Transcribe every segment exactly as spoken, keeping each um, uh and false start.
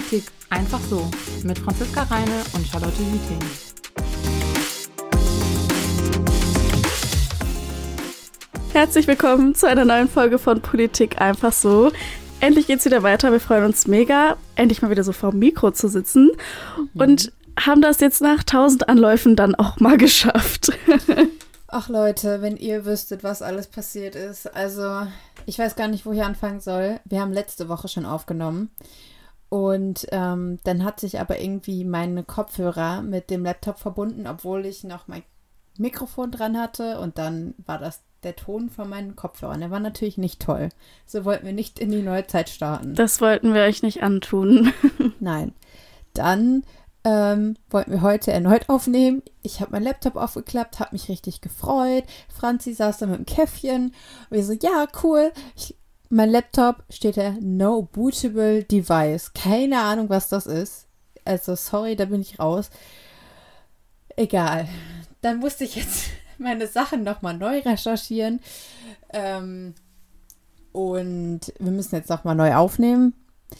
Politik einfach so mit Franziska Reine und Charlotte Hüting. Herzlich willkommen zu einer neuen Folge von Politik einfach so. Endlich geht's wieder weiter, wir freuen uns mega, endlich mal wieder so vor dem Mikro zu sitzen mhm. und haben das jetzt nach tausend Anläufen dann auch mal geschafft. Ach Leute, wenn ihr wüsstet, was alles passiert ist. Also, ich weiß gar nicht, wo ich anfangen soll. Wir haben letzte Woche schon aufgenommen. Und ähm, dann hat sich aber irgendwie meine Kopfhörer mit dem Laptop verbunden, obwohl ich noch mein Mikrofon dran hatte. Und dann war das der Ton von meinen Kopfhörern. Der war natürlich nicht toll. So wollten wir nicht in die neue Zeit starten. Das wollten wir euch nicht antun. Nein. Dann Ähm, wollten wir heute erneut aufnehmen. Ich habe meinen Laptop aufgeklappt, habe mich richtig gefreut. Franzi saß da mit dem Käffchen. Und wir so, ja, cool. Ich, mein Laptop steht da, no bootable device. Keine Ahnung, was das ist. Also, sorry, da bin ich raus. Egal. Dann musste ich jetzt meine Sachen nochmal neu recherchieren. Ähm, und wir müssen jetzt nochmal neu aufnehmen.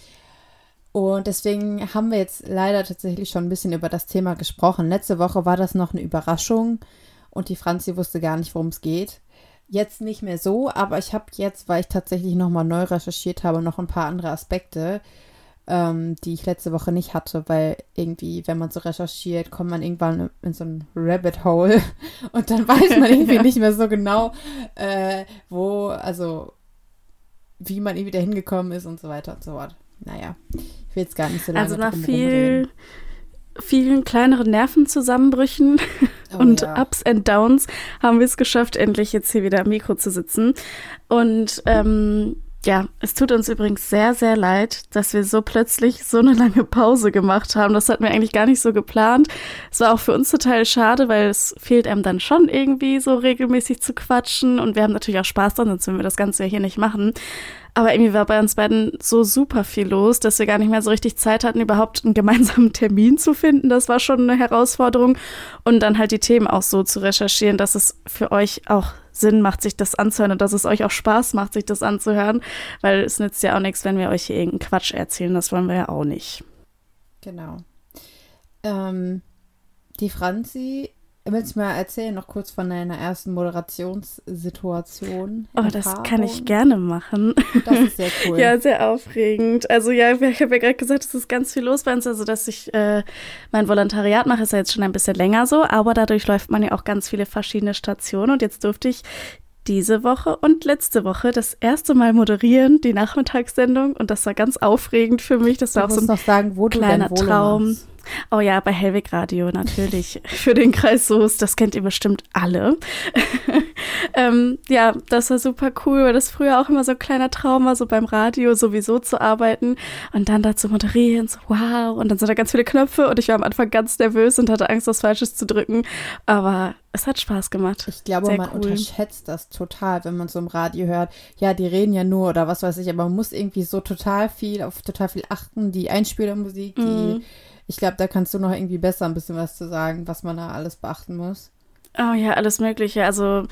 Und deswegen haben wir jetzt leider tatsächlich schon ein bisschen über das Thema gesprochen. Letzte Woche war das noch eine Überraschung und die Franzi wusste gar nicht, worum es geht. Jetzt nicht mehr so, aber ich habe jetzt, weil ich tatsächlich nochmal neu recherchiert habe, noch ein paar andere Aspekte, ähm, die ich letzte Woche nicht hatte, weil irgendwie, wenn man so recherchiert, kommt man irgendwann in so ein Rabbit Hole und dann weiß man irgendwie ja. nicht mehr so genau, äh, wo, also wie man irgendwie da hingekommen ist und so weiter und so fort. Naja, ich will jetzt gar nicht so lange Also nach viel, vielen kleineren Nervenzusammenbrüchen oh, und ja. Ups and Downs haben wir es geschafft, endlich jetzt hier wieder am Mikro zu sitzen. Und ähm, ja, es tut uns übrigens sehr, sehr leid, dass wir so plötzlich so eine lange Pause gemacht haben. Das hatten wir eigentlich gar nicht so geplant. Es war auch für uns total schade, weil es fehlt einem dann schon irgendwie so regelmäßig zu quatschen. Und wir haben natürlich auch Spaß dran, sonst würden wir das Ganze ja hier nicht machen. Aber irgendwie war bei uns beiden so super viel los, dass wir gar nicht mehr so richtig Zeit hatten, überhaupt einen gemeinsamen Termin zu finden. Das war schon eine Herausforderung. Und dann halt die Themen auch so zu recherchieren, dass es für euch auch Sinn macht, sich das anzuhören und dass es euch auch Spaß macht, sich das anzuhören. Weil es nützt ja auch nichts, wenn wir euch hier irgendeinen Quatsch erzählen. Das wollen wir ja auch nicht. Genau. Ähm, die Franzi, willst du mal erzählen, noch kurz von deiner ersten Moderationssituation? Oh, das kann ich gerne machen. Das ist sehr cool. Ja, sehr aufregend. Also ja, ich habe ja gerade gesagt, es ist ganz viel los bei uns. Also, dass ich äh, mein Volontariat mache, ist ja jetzt schon ein bisschen länger so. Aber dadurch läuft man ja auch ganz viele verschiedene Stationen. Und jetzt durfte ich diese Woche und letzte Woche das erste Mal moderieren, die Nachmittagssendung. Und das war ganz aufregend für mich. Das war du auch so ein noch sagen, wo kleiner du Traum. Machst. Oh ja, bei Hellwig Radio natürlich. Für den Kreis Soest, das kennt ihr bestimmt alle. ähm, ja, das war super cool, weil das früher auch immer so ein kleiner Traum war, so beim Radio sowieso zu arbeiten und dann da zu moderieren, so wow. Und dann sind da ganz viele Knöpfe und ich war am Anfang ganz nervös und hatte Angst, was Falsches zu drücken. Aber es hat Spaß gemacht. Ich glaube, Sehr man cool. unterschätzt das total, wenn man so im Radio hört, ja, die reden ja nur oder was weiß ich, aber man muss irgendwie so total viel, auf total viel achten, die Einspielermusik, die Mhm. Ich glaube, da kannst du noch irgendwie besser ein bisschen was zu sagen, was man da alles beachten muss. Oh ja, alles Mögliche. Also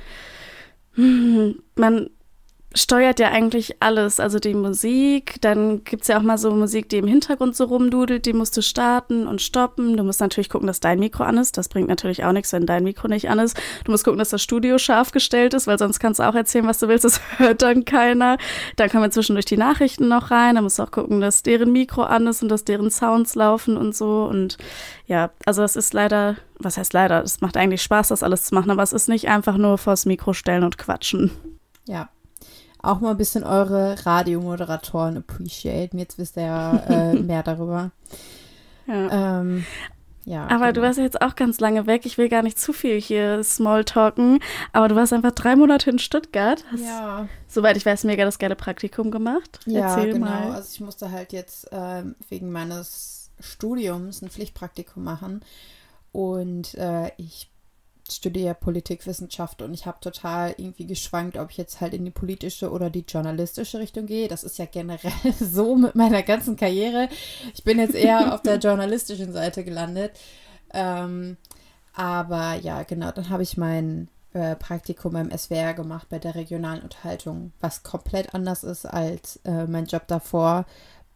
hm, man steuert ja eigentlich alles. Also die Musik, dann gibt es ja auch mal so Musik, die im Hintergrund so rumdudelt, die musst du starten und stoppen. Du musst natürlich gucken, dass dein Mikro an ist. Das bringt natürlich auch nichts, wenn dein Mikro nicht an ist. Du musst gucken, dass das Studio scharf gestellt ist, weil sonst kannst du auch erzählen, was du willst. Das hört dann keiner. Dann kommen wir zwischendurch die Nachrichten noch rein. Dann musst du auch gucken, dass deren Mikro an ist und dass deren Sounds laufen und so. Und ja, also das ist leider, was heißt leider? Es macht eigentlich Spaß, das alles zu machen, aber es ist nicht einfach nur vors Mikro stellen und quatschen. Ja. Auch mal ein bisschen eure Radiomoderatoren appreciaten. Jetzt wisst ihr ja äh, mehr darüber. Ja. Ähm, ja, aber genau. du warst ja jetzt auch ganz lange weg. Ich will gar nicht zu viel hier Smalltalken. Aber du warst einfach drei Monate in Stuttgart. Hast, ja. Soweit ich weiß, mega das geile Praktikum gemacht. Ja, Erzähl genau. mal. Also ich musste halt jetzt ähm, wegen meines Studiums ein Pflichtpraktikum machen. Und äh, ich studiere Politikwissenschaft und ich habe total irgendwie geschwankt, ob ich jetzt halt in die politische oder die journalistische Richtung gehe. Das ist ja generell so mit meiner ganzen Karriere. Ich bin jetzt eher auf der journalistischen Seite gelandet. Ähm, aber ja, genau, dann habe ich mein äh, Praktikum beim S W R gemacht bei der regionalen Unterhaltung, was komplett anders ist als äh, mein Job davor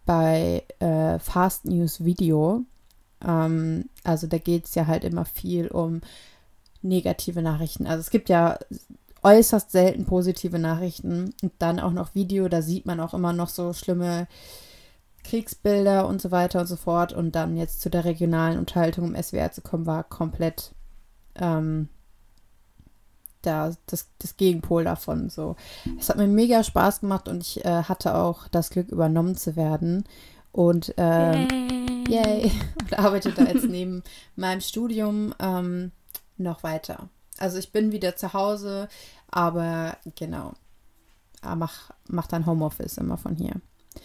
bei äh, Fast News Video. Ähm, also da geht es ja halt immer viel um negative Nachrichten. Also es gibt ja äußerst selten positive Nachrichten und dann auch noch Video, da sieht man auch immer noch so schlimme Kriegsbilder und so weiter und so fort. Und dann jetzt zu der regionalen Unterhaltung im S W R zu kommen, war komplett ähm, da, das, das Gegenpol davon. So. Es hat mir mega Spaß gemacht und ich äh, hatte auch das Glück, übernommen zu werden. Und ähm, yay. yay, und arbeite da jetzt neben meinem Studium ähm, noch weiter. Also ich bin wieder zu Hause, aber genau, mach, mach dann Homeoffice immer von hier.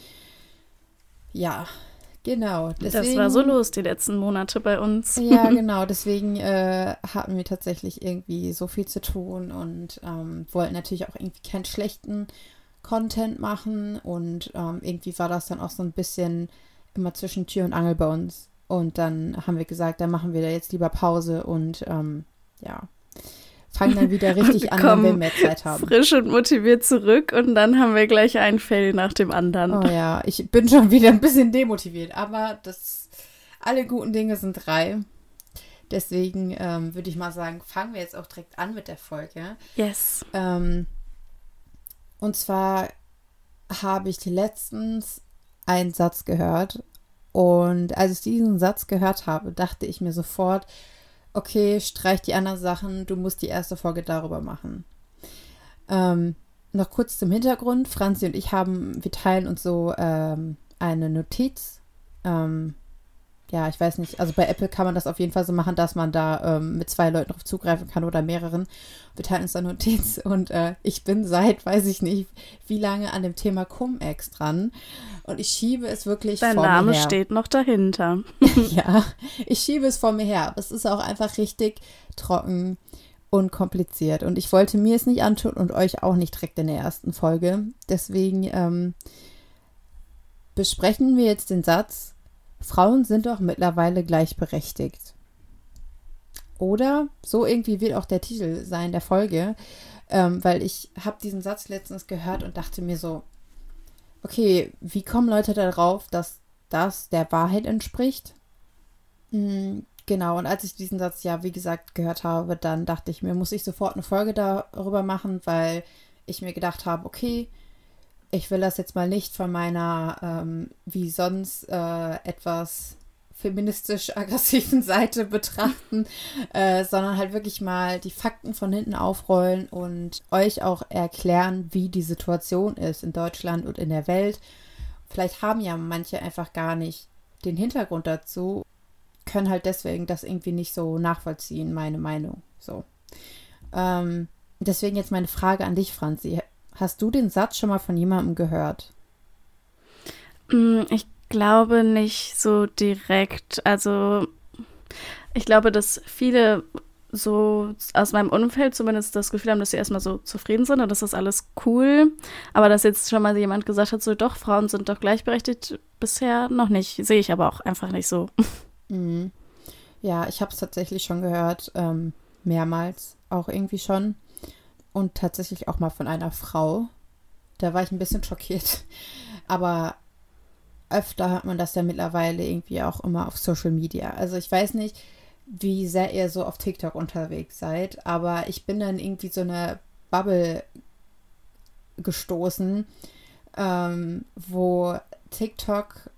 Ja, genau. Deswegen, das war so los die letzten Monate bei uns. Ja, genau. Deswegen äh, hatten wir tatsächlich irgendwie so viel zu tun und ähm, wollten natürlich auch irgendwie keinen schlechten Content machen. Und ähm, irgendwie war das dann auch so ein bisschen immer zwischen Tür und Angel bei uns. Und dann haben wir gesagt, dann machen wir da jetzt lieber Pause und ähm, ja, fangen dann wieder richtig an, wenn wir mehr Zeit haben. Frisch und motiviert zurück und dann haben wir gleich einen Fail nach dem anderen. Oh ja, ich bin schon wieder ein bisschen demotiviert, aber das, alle guten Dinge sind drei. Deswegen ähm, würde ich mal sagen, fangen wir jetzt auch direkt an mit der Folge. Yes. Ähm, und zwar habe ich letztens einen Satz gehört und als ich diesen Satz gehört habe, dachte ich mir sofort, okay, streich die anderen Sachen, du musst die erste Folge darüber machen. Ähm, noch kurz zum Hintergrund. Franzi und ich haben, wir teilen uns so ähm, eine Notiz. Ähm, ja, ich weiß nicht, also bei Apple kann man das auf jeden Fall so machen, dass man da ähm, mit zwei Leuten drauf zugreifen kann oder mehreren. Wir teilen uns eine Notiz und äh, ich bin seit, weiß ich nicht, wie lange an dem Thema Cum-Ex dran und ich schiebe es wirklich Dein vor mir her. Dein Name steht noch dahinter. Ja, ich schiebe es vor mir her, aber es ist auch einfach richtig trocken und kompliziert und ich wollte mir es nicht antun und euch auch nicht direkt in der ersten Folge. Deswegen ähm, besprechen wir jetzt den Satz: Frauen sind doch mittlerweile gleichberechtigt. Oder so irgendwie wird auch der Titel sein der Folge, ähm, weil ich habe diesen Satz letztens gehört und dachte mir so, okay, wie kommen Leute darauf, dass das der Wahrheit entspricht? Mhm, genau, und als ich diesen Satz ja, wie gesagt, gehört habe, dann dachte ich mir, muss ich sofort eine Folge darüber machen, weil ich mir gedacht habe, okay, ich will das jetzt mal nicht von meiner, ähm, wie sonst, äh, etwas feministisch-aggressiven Seite betrachten, äh, sondern halt wirklich mal die Fakten von hinten aufrollen und euch auch erklären, wie die Situation ist in Deutschland und in der Welt. Vielleicht haben ja manche einfach gar nicht den Hintergrund dazu, können halt deswegen das irgendwie nicht so nachvollziehen, meine Meinung. So. Ähm, deswegen jetzt meine Frage an dich, Franzi. Hast du den Satz schon mal von jemandem gehört? Ich glaube nicht so direkt. Also ich glaube, dass viele so aus meinem Umfeld zumindest das Gefühl haben, dass sie erstmal so zufrieden sind und das ist alles cool. Aber dass jetzt schon mal jemand gesagt hat, so doch, Frauen sind doch gleichberechtigt, bisher noch nicht. Sehe ich aber auch einfach nicht so. Mhm. Ja, ich habe es tatsächlich schon gehört, ähm, mehrmals auch irgendwie schon. Und tatsächlich auch mal von einer Frau. Da war ich ein bisschen schockiert. Aber öfter hört man das ja mittlerweile irgendwie auch immer auf Social Media. Also ich weiß nicht, wie sehr ihr so auf TikTok unterwegs seid, aber ich bin dann irgendwie so eine Bubble gestoßen, ähm, wo TikTok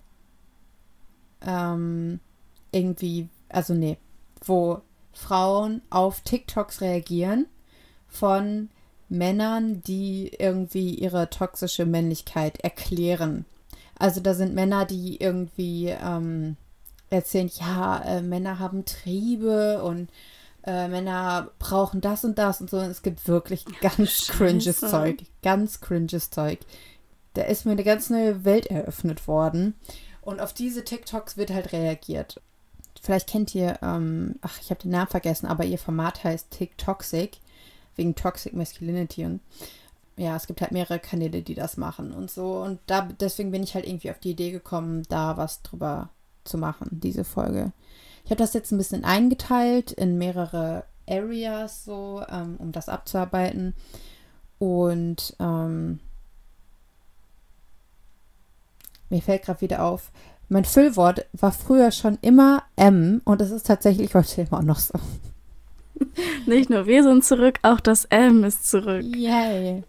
ähm, irgendwie, also nee, wo Frauen auf TikToks reagieren von Männern, die irgendwie ihre toxische Männlichkeit erklären. Also da sind Männer, die irgendwie ähm, erzählen, ja, äh, Männer haben Triebe und äh, Männer brauchen das und das und so. Und es gibt wirklich ganz cringes Zeug. Ganz cringes Zeug. Da ist mir eine ganz neue Welt eröffnet worden. Und auf diese TikToks wird halt reagiert. Vielleicht kennt ihr, ähm, ach, ich habe den Namen vergessen, aber ihr Format heißt TikToxic. Wegen Toxic Masculinity und ja, es gibt halt mehrere Kanäle, die das machen und so und da deswegen bin ich halt irgendwie auf die Idee gekommen, da was drüber zu machen, diese Folge. Ich habe das jetzt ein bisschen eingeteilt in mehrere Areas so, ähm, um das abzuarbeiten und ähm, mir fällt gerade wieder auf, mein Füllwort war früher schon immer M und es ist tatsächlich heute immer noch so. Nicht nur wir sind zurück, auch das M ist zurück. Yay.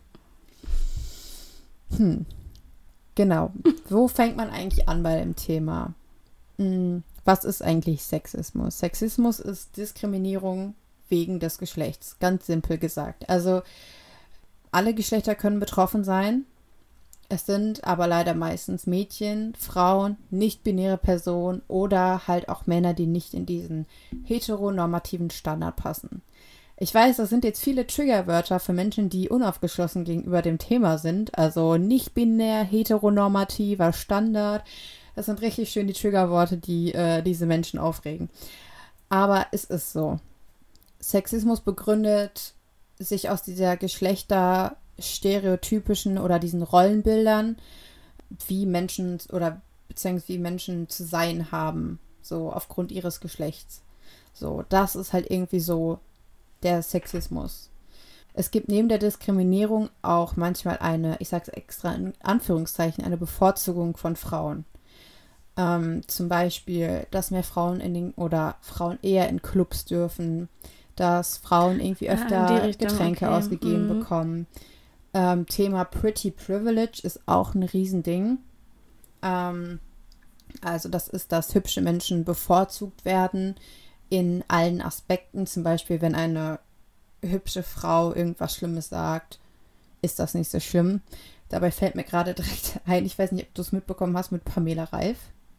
Hm. Genau. Wo fängt man eigentlich an bei dem Thema? Hm. Was ist eigentlich Sexismus? Sexismus ist Diskriminierung wegen des Geschlechts. Ganz simpel gesagt. Also alle Geschlechter können betroffen sein. Es sind aber leider meistens Mädchen, Frauen, nicht-binäre Personen oder halt auch Männer, die nicht in diesen heteronormativen Standard passen. Ich weiß, das sind jetzt viele Triggerwörter für Menschen, die unaufgeschlossen gegenüber dem Thema sind. Also nicht-binär, heteronormativer Standard. Das sind richtig schön die Triggerworte, die äh, diese Menschen aufregen. Aber es ist so. Sexismus begründet sich aus dieser geschlechterstereotypischen oder diesen Rollenbildern, wie Menschen oder beziehungsweise wie Menschen zu sein haben, so aufgrund ihres Geschlechts. So, das ist halt irgendwie so der Sexismus. Es gibt neben der Diskriminierung auch manchmal eine, ich sage es extra in Anführungszeichen, eine Bevorzugung von Frauen. Ähm, zum Beispiel, dass mehr Frauen in den oder Frauen eher in Clubs dürfen, dass Frauen irgendwie öfter ah, Richtung, Getränke okay. ausgegeben mhm. bekommen. Ähm, Thema Pretty Privilege ist auch ein Riesending. Ähm, also das ist, dass hübsche Menschen bevorzugt werden in allen Aspekten. Zum Beispiel, wenn eine hübsche Frau irgendwas Schlimmes sagt, ist das nicht so schlimm. Dabei fällt mir gerade direkt ein, ich weiß nicht, ob du es mitbekommen hast mit Pamela Reif.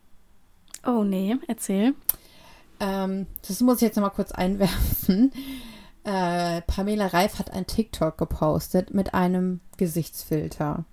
Oh nee, erzähl. Ähm, das muss ich jetzt nochmal kurz einwerfen. Äh, Pamela Reif hat ein TikTok gepostet mit einem Gesichtsfilter.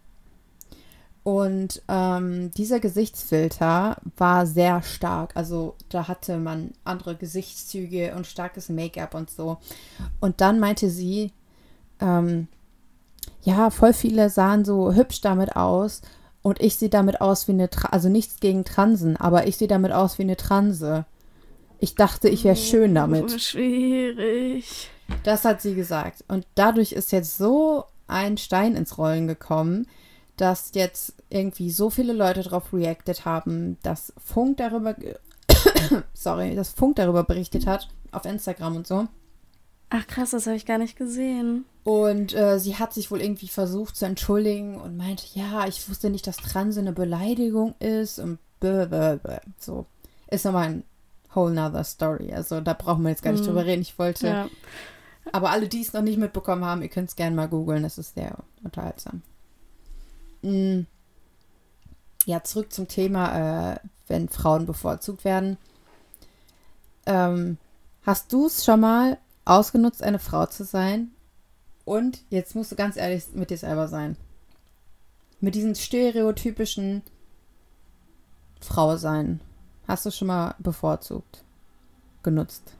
Und ähm, dieser Gesichtsfilter war sehr stark. Also da hatte man andere Gesichtszüge und starkes Make-up und so. Und dann meinte sie, ähm, ja, voll viele sahen so hübsch damit aus. Und ich sehe damit aus wie eine, Tra- also nichts gegen Transen, aber ich sehe damit aus wie eine Transe. Ich dachte, ich wäre schön damit. Oh, schwierig. Das hat sie gesagt. Und dadurch ist jetzt so ein Stein ins Rollen gekommen, dass jetzt irgendwie so viele Leute darauf reacted haben, dass Funk darüber, sorry, dass Funk darüber berichtet hat, auf Instagram und so. Ach krass, das habe ich gar nicht gesehen. Und äh, sie hat sich wohl irgendwie versucht zu entschuldigen und meinte, ja, ich wusste nicht, dass Transe eine Beleidigung ist und blablabla. So, ist nochmal ein whole nother story. Also da brauchen wir jetzt gar nicht mm. drüber reden. Ich wollte, ja. Aber alle, die es noch nicht mitbekommen haben, ihr könnt es gerne mal googeln, das ist sehr unterhaltsam. Mm. Ja, zurück zum Thema, äh, wenn Frauen bevorzugt werden. Ähm, hast du es schon mal ausgenutzt, eine Frau zu sein? Und jetzt musst du ganz ehrlich mit dir selber sein. Mit diesen stereotypischen Frau sein. Hast du schon mal bevorzugt genutzt?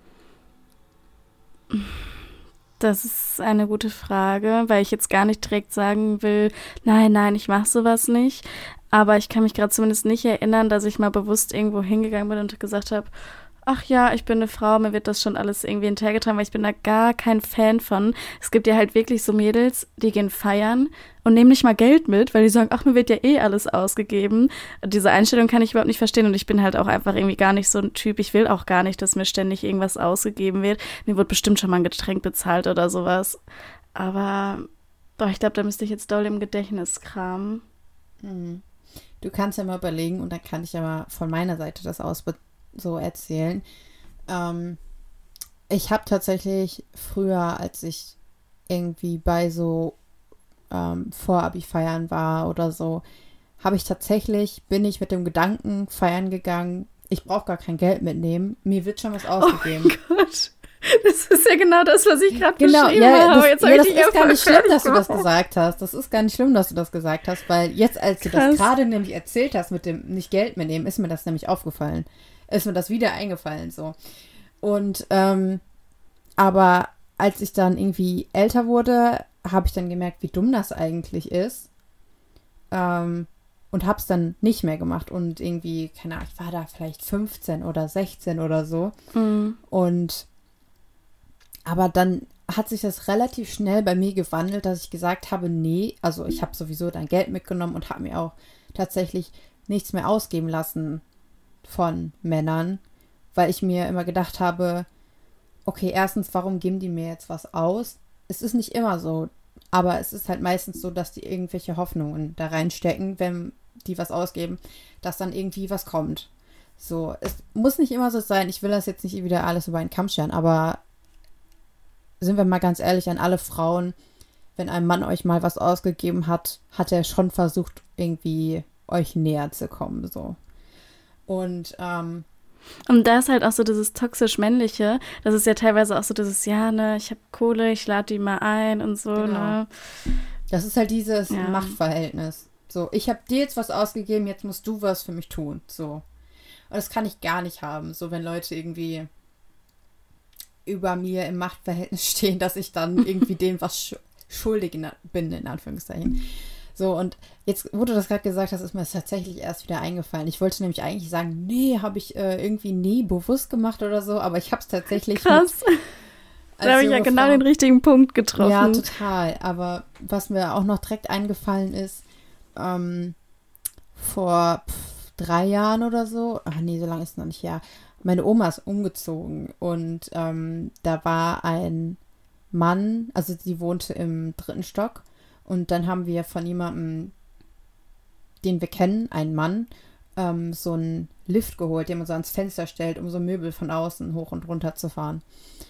Das ist eine gute Frage, weil ich jetzt gar nicht direkt sagen will, nein, nein, ich mache sowas nicht. Aber ich kann mich gerade zumindest nicht erinnern, dass ich mal bewusst irgendwo hingegangen bin und gesagt habe, ach ja, ich bin eine Frau, mir wird das schon alles irgendwie hinterhergetragen, weil ich bin da gar kein Fan von. Es gibt ja halt wirklich so Mädels, die gehen feiern und nehmen nicht mal Geld mit, weil die sagen, ach, mir wird ja eh alles ausgegeben. Diese Einstellung kann ich überhaupt nicht verstehen und ich bin halt auch einfach irgendwie gar nicht so ein Typ. Ich will auch gar nicht, dass mir ständig irgendwas ausgegeben wird. Mir wird bestimmt schon mal ein Getränk bezahlt oder sowas. Aber boah, ich glaube, da müsste ich jetzt doll im Gedächtnis kramen. Hm. Du kannst ja mal überlegen und dann kann ich ja mal von meiner Seite das aus so erzählen. Ähm, ich habe tatsächlich früher, als ich irgendwie bei so ähm, Vorabi-Feiern war oder so, habe ich tatsächlich, bin ich mit dem Gedanken feiern gegangen, ich brauche gar kein Geld mitnehmen, mir wird schon was ausgegeben. Oh Gott, das ist ja genau das, was ich gerade genau, beschrieben ja, habe. Das, jetzt ja, ich das dich ist gar nicht schlimm, dass du das gemacht. gesagt hast. Das ist gar nicht schlimm, dass du das gesagt hast, weil jetzt, als du Krass. das gerade nämlich erzählt hast mit dem nicht Geld mitnehmen, ist mir das nämlich aufgefallen. Ist mir das wieder eingefallen, so. Und, ähm, aber als ich dann irgendwie älter wurde, habe ich dann gemerkt, wie dumm das eigentlich ist. Ähm, und habe es dann nicht mehr gemacht. Und irgendwie, keine Ahnung, ich war da vielleicht fünfzehn oder sechzehn oder so. Mhm. Und, aber dann hat sich das relativ schnell bei mir gewandelt, dass ich gesagt habe, nee, also ich habe sowieso dann Geld mitgenommen und habe mir auch tatsächlich nichts mehr ausgeben lassen von Männern, weil ich mir immer gedacht habe, okay, erstens, warum geben die mir jetzt was aus? Es ist nicht immer so, aber es ist halt meistens so, dass die irgendwelche Hoffnungen da reinstecken, wenn die was ausgeben, dass dann irgendwie was kommt. So, es muss nicht immer so sein, ich will das jetzt nicht wieder alles über einen Kamm scheren, aber sind wir mal ganz ehrlich an alle Frauen, wenn ein Mann euch mal was ausgegeben hat, hat er schon versucht, irgendwie euch näher zu kommen, so. Und, ähm, Und da ist halt auch so dieses toxisch-männliche, das ist ja teilweise auch so dieses, ja, ne, ich habe Kohle, ich lade die mal ein und so, genau. ne. Das ist halt dieses Ja. Machtverhältnis. So, ich habe dir jetzt was ausgegeben, jetzt musst du was für mich tun, so. Und das kann ich gar nicht haben, so wenn Leute irgendwie über mir im Machtverhältnis stehen, dass ich dann irgendwie denen was sch- schuldig in, bin, in Anführungszeichen. So, und jetzt, wo du das gerade gesagt hast, ist mir das tatsächlich erst wieder eingefallen. Ich wollte nämlich eigentlich sagen, nee, habe ich äh, irgendwie nie bewusst gemacht oder so, aber ich habe es tatsächlich Krass. Mit, Da habe ich ja genau Frau, den richtigen Punkt getroffen. Ja, total. Aber was mir auch noch direkt eingefallen ist, ähm, vor pff, drei Jahren oder so, ach nee, so lange ist es noch nicht her, meine Oma ist umgezogen und ähm, da war ein Mann, also sie wohnte im dritten Stock und dann haben wir von jemandem, den wir kennen, einen Mann, ähm, so einen Lift geholt, den man so ans Fenster stellt, um so Möbel von außen hoch und runter zu fahren.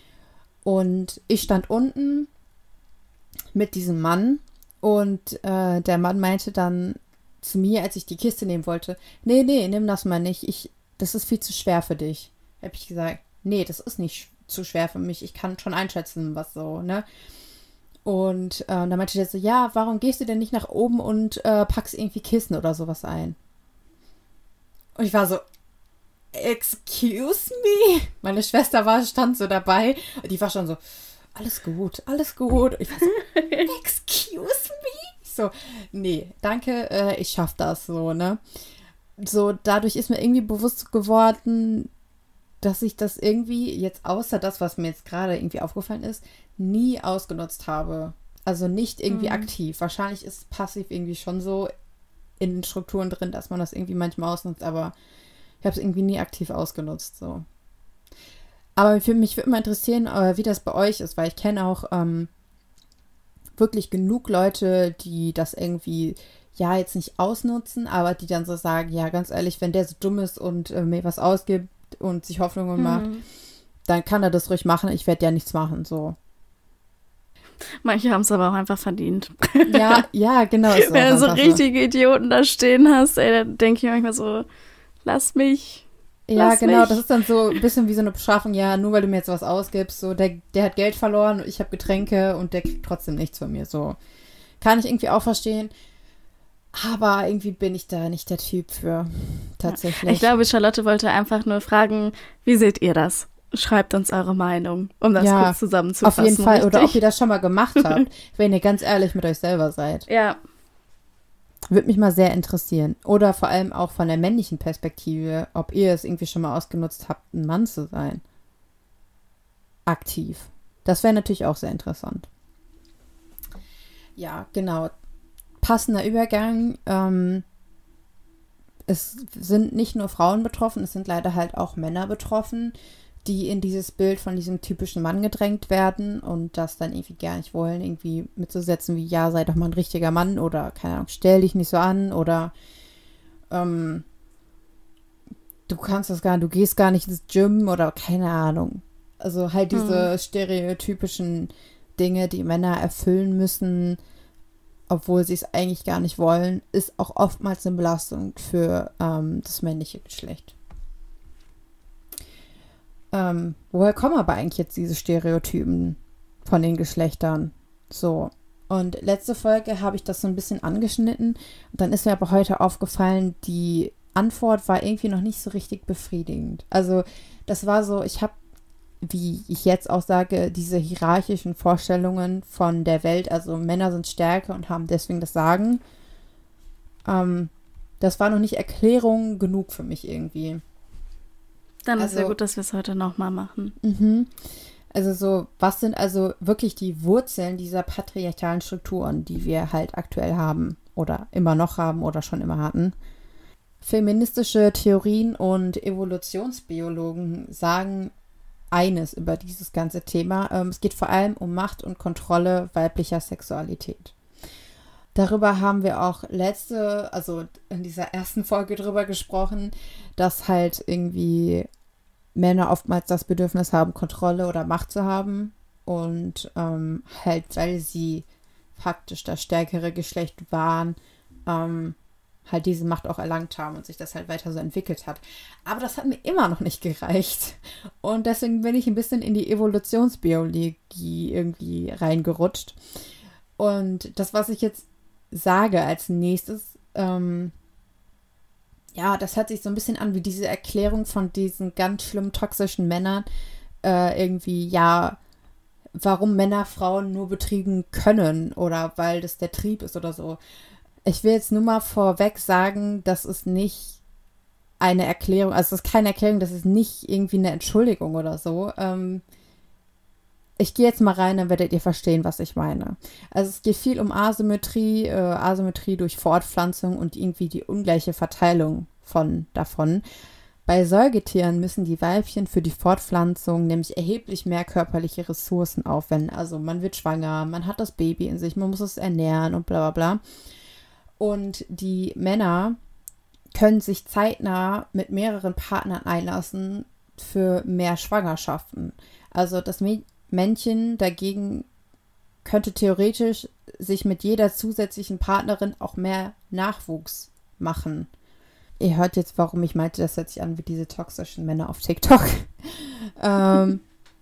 Und ich stand unten mit diesem Mann und äh, der Mann meinte dann zu mir, als ich die Kiste nehmen wollte, nee, nee, nimm das mal nicht, ich, das ist viel zu schwer für dich. Habe ich gesagt, nee, das ist nicht sch- zu schwer für mich, ich kann schon einschätzen, was so, ne? Und äh, dann meinte der so, ja, warum gehst du denn nicht nach oben und äh, packst irgendwie Kissen oder sowas ein? Und ich war so, excuse me? Meine Schwester war, stand so dabei, die war schon so, alles gut, alles gut. Ich war so, excuse me? Ich so, nee, danke, äh, ich schaff das so, ne? So, dadurch ist mir irgendwie bewusst geworden, dass ich das irgendwie jetzt, außer das, was mir jetzt gerade irgendwie aufgefallen ist, nie ausgenutzt habe. Also nicht irgendwie Mhm. aktiv. Wahrscheinlich ist es passiv irgendwie schon so in den Strukturen drin, dass man das irgendwie manchmal ausnutzt, aber ich habe es irgendwie nie aktiv ausgenutzt, so. Aber für mich würde mal interessieren, äh, wie das bei euch ist, weil ich kenne auch ähm, wirklich genug Leute, die das irgendwie, ja, jetzt nicht ausnutzen, aber die dann so sagen, ja, ganz ehrlich, wenn der so dumm ist und äh, mir was ausgibt und sich Hoffnungen macht, Mhm. dann kann er das ruhig machen, ich werde ja nichts machen, so. Manche haben es aber auch einfach verdient. Ja, ja, genau. Ist Wenn auch du so einfach richtige Idioten da stehen hast, ey, dann denke ich manchmal so, lass mich. Ja, Lass genau, mich. das ist dann so ein bisschen wie so eine Bestrafung, ja, nur weil du mir jetzt was ausgibst, so, der, der hat Geld verloren, ich habe Getränke und der kriegt trotzdem nichts von mir, so. Kann ich irgendwie auch verstehen, aber irgendwie bin ich da nicht der Typ für, tatsächlich. Ich glaube, Charlotte wollte einfach nur fragen, wie seht ihr das? Schreibt uns eure Meinung, um das Ja, kurz zusammenzufassen. auf jeden Fall, oder ob richtig? ihr das schon mal gemacht habt, wenn ihr ganz ehrlich mit euch selber seid. Ja, Würde mich mal sehr interessieren. Oder vor allem auch von der männlichen Perspektive, ob ihr es irgendwie schon mal ausgenutzt habt, ein Mann zu sein. Aktiv. Das wäre natürlich auch sehr interessant. Ja, genau. Passender Übergang. Ähm, es sind nicht nur Frauen betroffen, es sind leider halt auch Männer betroffen, die in dieses Bild von diesem typischen Mann gedrängt werden und das dann irgendwie gar nicht wollen, irgendwie mitzusetzen wie, ja, sei doch mal ein richtiger Mann oder, keine Ahnung, stell dich nicht so an oder ähm, du kannst das gar nicht, du gehst gar nicht ins Gym oder keine Ahnung. Also halt diese Mhm. stereotypischen Dinge, die Männer erfüllen müssen, obwohl sie es eigentlich gar nicht wollen, ist auch oftmals eine Belastung für ähm, das männliche Geschlecht. Ähm, woher kommen aber eigentlich jetzt diese Stereotypen von den Geschlechtern? So. Und letzte Folge habe ich das so ein bisschen angeschnitten. Und dann ist mir aber heute aufgefallen, die Antwort war irgendwie noch nicht so richtig befriedigend. Also das war so, ich habe, wie ich jetzt auch sage, diese hierarchischen Vorstellungen von der Welt, also Männer sind stärker und haben deswegen das Sagen. Ähm, das war noch nicht Erklärung genug für mich irgendwie. dann ist ja Also- gut, dass wir es heute nochmal machen. Mhm. Also so, was sind also wirklich die Wurzeln dieser patriarchalen Strukturen, die wir halt aktuell haben oder immer noch haben oder schon immer hatten? Feministische Theorien und Evolutionsbiologen sagen eines über dieses ganze Thema. Ähm, es geht vor allem um Macht und Kontrolle weiblicher Sexualität. Darüber haben wir auch letzte, also in dieser ersten Folge drüber gesprochen, dass halt irgendwie Männer oftmals das Bedürfnis haben, Kontrolle oder Macht zu haben und ähm, halt, weil sie faktisch das stärkere Geschlecht waren, ähm, halt diese Macht auch erlangt haben und sich das halt weiter so entwickelt hat. Aber das hat mir immer noch nicht gereicht. Und deswegen bin ich ein bisschen in die Evolutionsbiologie irgendwie reingerutscht. Und das, was ich jetzt sage als nächstes, ähm, ja, das hört sich so ein bisschen an wie diese Erklärung von diesen ganz schlimmen toxischen Männern, äh, irgendwie, ja, warum Männer Frauen nur betrieben können oder weil das der Trieb ist oder so. Ich will jetzt nur mal vorweg sagen, das ist nicht eine Erklärung, also es ist keine Erklärung, das ist nicht irgendwie eine Entschuldigung oder so. Ähm, Ich gehe jetzt mal rein, dann werdet ihr verstehen, was ich meine. Also es geht viel um Asymmetrie, äh, Asymmetrie durch Fortpflanzung und irgendwie die ungleiche Verteilung von davon. Bei Säugetieren müssen die Weibchen für die Fortpflanzung nämlich erheblich mehr körperliche Ressourcen aufwenden. Also man wird schwanger, man hat das Baby in sich, man muss es ernähren und bla bla bla. Und die Männer können sich zeitnah mit mehreren Partnern einlassen für mehr Schwangerschaften. Also das Mädchen Männchen dagegen könnte theoretisch sich mit jeder zusätzlichen Partnerin auch mehr Nachwuchs machen. Ihr hört jetzt, warum ich meinte, das hört sich an wie diese toxischen Männer auf TikTok. ähm,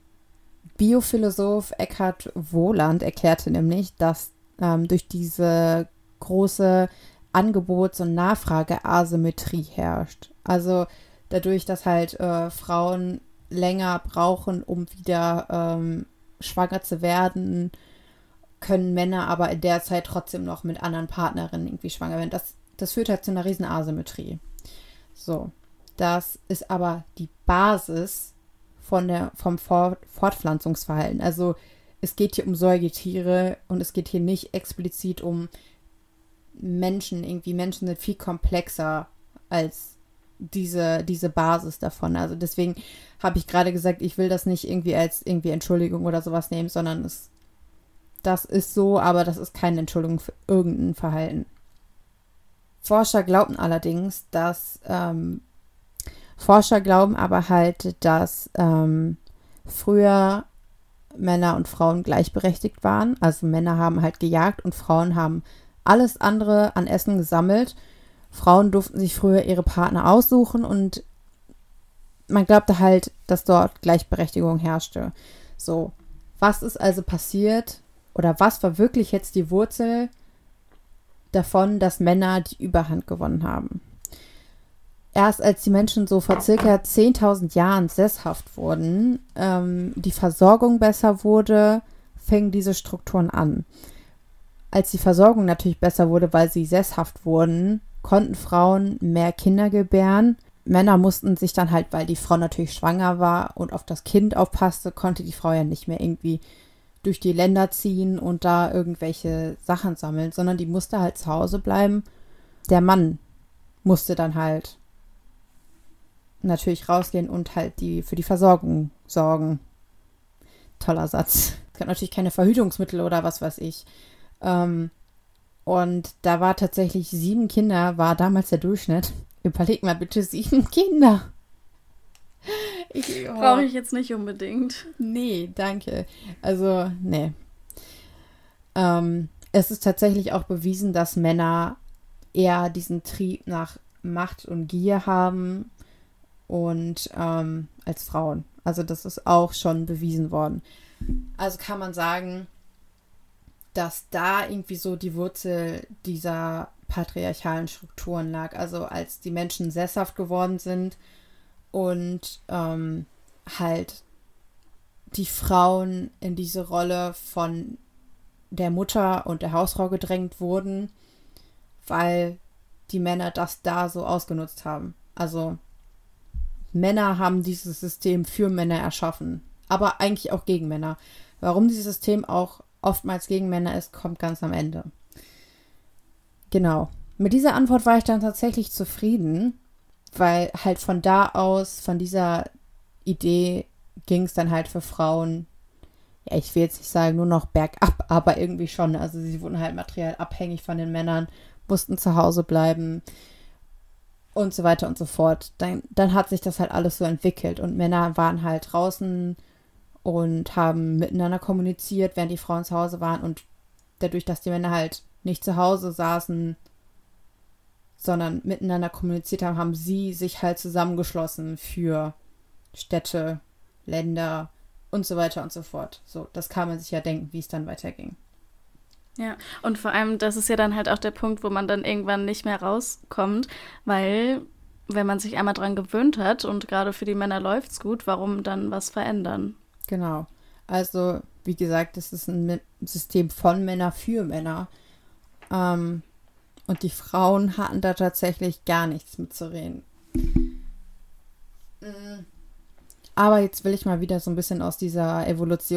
Biophilosoph Eckhart Wohland erklärte nämlich, dass ähm, durch diese große Angebots- und Nachfrage-Asymmetrie herrscht. Also dadurch, dass halt äh, Frauen länger brauchen, um wieder ähm, schwanger zu werden, können Männer aber in der Zeit trotzdem noch mit anderen Partnerinnen irgendwie schwanger werden. Das, das führt halt zu einer riesen Asymmetrie. So, das ist aber die Basis von der, vom Fort, Fortpflanzungsverhalten. Also es geht hier um Säugetiere und es geht hier nicht explizit um Menschen. Irgendwie Menschen sind viel komplexer als diese, diese Basis davon. Also deswegen habe ich gerade gesagt, ich will das nicht irgendwie als irgendwie Entschuldigung oder sowas nehmen, sondern es, das ist so, aber das ist keine Entschuldigung für irgendein Verhalten. Forscher glauben allerdings, dass ähm, Forscher glauben aber halt, dass ähm, früher Männer und Frauen gleichberechtigt waren. Also Männer haben halt gejagt und Frauen haben alles andere an Essen gesammelt. Frauen durften sich früher ihre Partner aussuchen und man glaubte halt, dass dort Gleichberechtigung herrschte. So, was ist also passiert oder was war wirklich jetzt die Wurzel davon, dass Männer die Überhand gewonnen haben? Erst als die Menschen so vor circa zehntausend Jahren sesshaft wurden, ähm, die Versorgung besser wurde, fingen diese Strukturen an. Als die Versorgung natürlich besser wurde, weil sie sesshaft wurden, konnten Frauen mehr Kinder gebären. Männer mussten sich dann halt, weil die Frau natürlich schwanger war und auf das Kind aufpasste, konnte die Frau ja nicht mehr irgendwie durch die Länder ziehen und da irgendwelche Sachen sammeln, sondern die musste halt zu Hause bleiben. Der Mann musste dann halt natürlich rausgehen und halt die für die Versorgung sorgen. Toller Satz. Es gab natürlich keine Verhütungsmittel oder was weiß ich. Ähm, und da war tatsächlich sieben Kinder, war damals der Durchschnitt. Überleg mal bitte, sieben Kinder. Ich, oh. Brauche ich jetzt nicht unbedingt. Nee, danke. Also, nee. Ähm, es ist tatsächlich auch bewiesen, dass Männer eher diesen Trieb nach Macht und Gier haben und ähm, als Frauen. Also das ist auch schon bewiesen worden. Also kann man sagen, dass da irgendwie so die Wurzel dieser patriarchalen Strukturen lag. Also als die Menschen sesshaft geworden sind und ähm, halt die Frauen in diese Rolle von der Mutter und der Hausfrau gedrängt wurden, weil die Männer das da so ausgenutzt haben. Also Männer haben dieses System für Männer erschaffen, aber eigentlich auch gegen Männer. Warum dieses System auch oftmals gegen Männer ist, kommt ganz am Ende. Genau. Mit dieser Antwort war ich dann tatsächlich zufrieden, weil halt von da aus, von dieser Idee ging es dann halt für Frauen, ja, ich will jetzt nicht sagen nur noch bergab, aber irgendwie schon. Also sie wurden halt materiell abhängig von den Männern, mussten zu Hause bleiben und so weiter und so fort. Dann, dann hat sich das halt alles so entwickelt und Männer waren halt draußen und haben miteinander kommuniziert, während die Frauen zu Hause waren, und dadurch, dass die Männer halt nicht zu Hause saßen, sondern miteinander kommuniziert haben, haben sie sich halt zusammengeschlossen für Städte, Länder und so weiter und so fort. So, das kann man sich ja denken, wie es dann weiterging. Ja, und vor allem, das ist ja dann halt auch der Punkt, wo man dann irgendwann nicht mehr rauskommt, weil, wenn man sich einmal dran gewöhnt hat und gerade für die Männer läuft's gut, warum dann was verändern? Genau. Also, wie gesagt, das ist ein System von Männer für Männer. Ähm, und die Frauen hatten da tatsächlich gar nichts mitzureden. Aber jetzt will ich mal wieder so ein bisschen aus dieser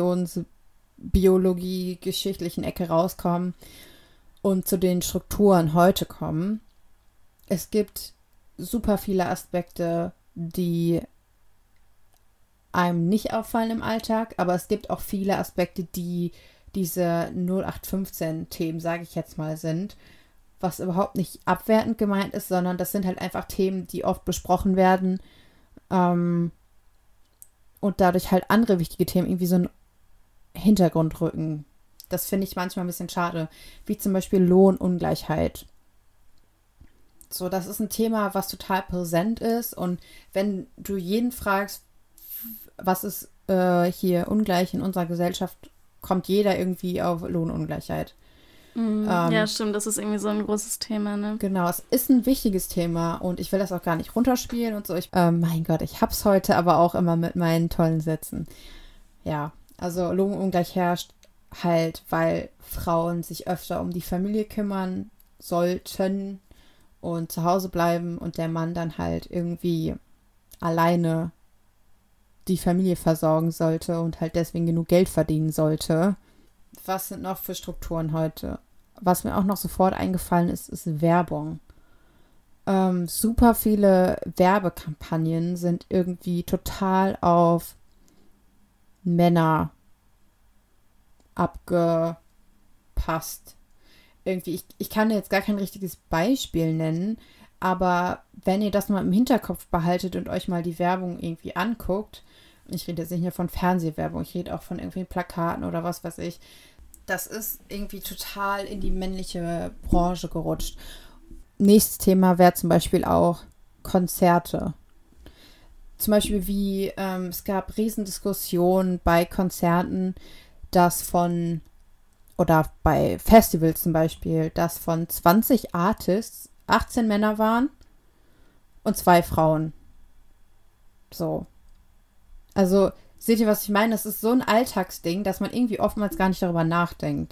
Evolutionsbiologie-geschichtlichen Ecke rauskommen und zu den Strukturen heute kommen. Es gibt super viele Aspekte, die einem nicht auffallen im Alltag, aber es gibt auch viele Aspekte, die diese null acht fünfzehn Themen, sage ich jetzt mal, sind, was überhaupt nicht abwertend gemeint ist, sondern das sind halt einfach Themen, die oft besprochen werden, ähm, und dadurch halt andere wichtige Themen irgendwie so einen Hintergrund rücken. Das finde ich manchmal ein bisschen schade, wie zum Beispiel Lohnungleichheit. So, das ist ein Thema, was total präsent ist, und wenn du jeden fragst, was ist äh, hier ungleich in unserer Gesellschaft, kommt jeder irgendwie auf Lohnungleichheit. Mhm. Ähm, ja, stimmt, das ist irgendwie so ein großes Thema, ne? Genau, es ist ein wichtiges Thema und ich will das auch gar nicht runterspielen und so. Ich, äh, mein Gott, ich hab's heute aber auch immer mit meinen tollen Sätzen. Ja, also Lohnungleich herrscht halt, weil Frauen sich öfter um die Familie kümmern sollten und zu Hause bleiben und der Mann dann halt irgendwie alleine die Familie versorgen sollte und halt deswegen genug Geld verdienen sollte. Was sind noch für Strukturen heute? Was mir auch noch sofort eingefallen ist, ist Werbung. Ähm, super viele Werbekampagnen sind irgendwie total auf Männer abgepasst. Irgendwie, ich, ich kann jetzt gar kein richtiges Beispiel nennen, aber wenn ihr das mal im Hinterkopf behaltet und euch mal die Werbung irgendwie anguckt, ich rede jetzt nicht nur von Fernsehwerbung, ich rede auch von irgendwelchen Plakaten oder was weiß ich, das ist irgendwie total in die männliche Branche gerutscht. Nächstes Thema wäre zum Beispiel auch Konzerte. Zum Beispiel wie, ähm, es gab Riesendiskussionen bei Konzerten, dass von, oder bei Festivals zum Beispiel, dass von zwanzig Artists achtzehn Männer waren und zwei Frauen. So. Also, seht ihr, was ich meine? Das ist so ein Alltagsding, dass man irgendwie oftmals gar nicht darüber nachdenkt.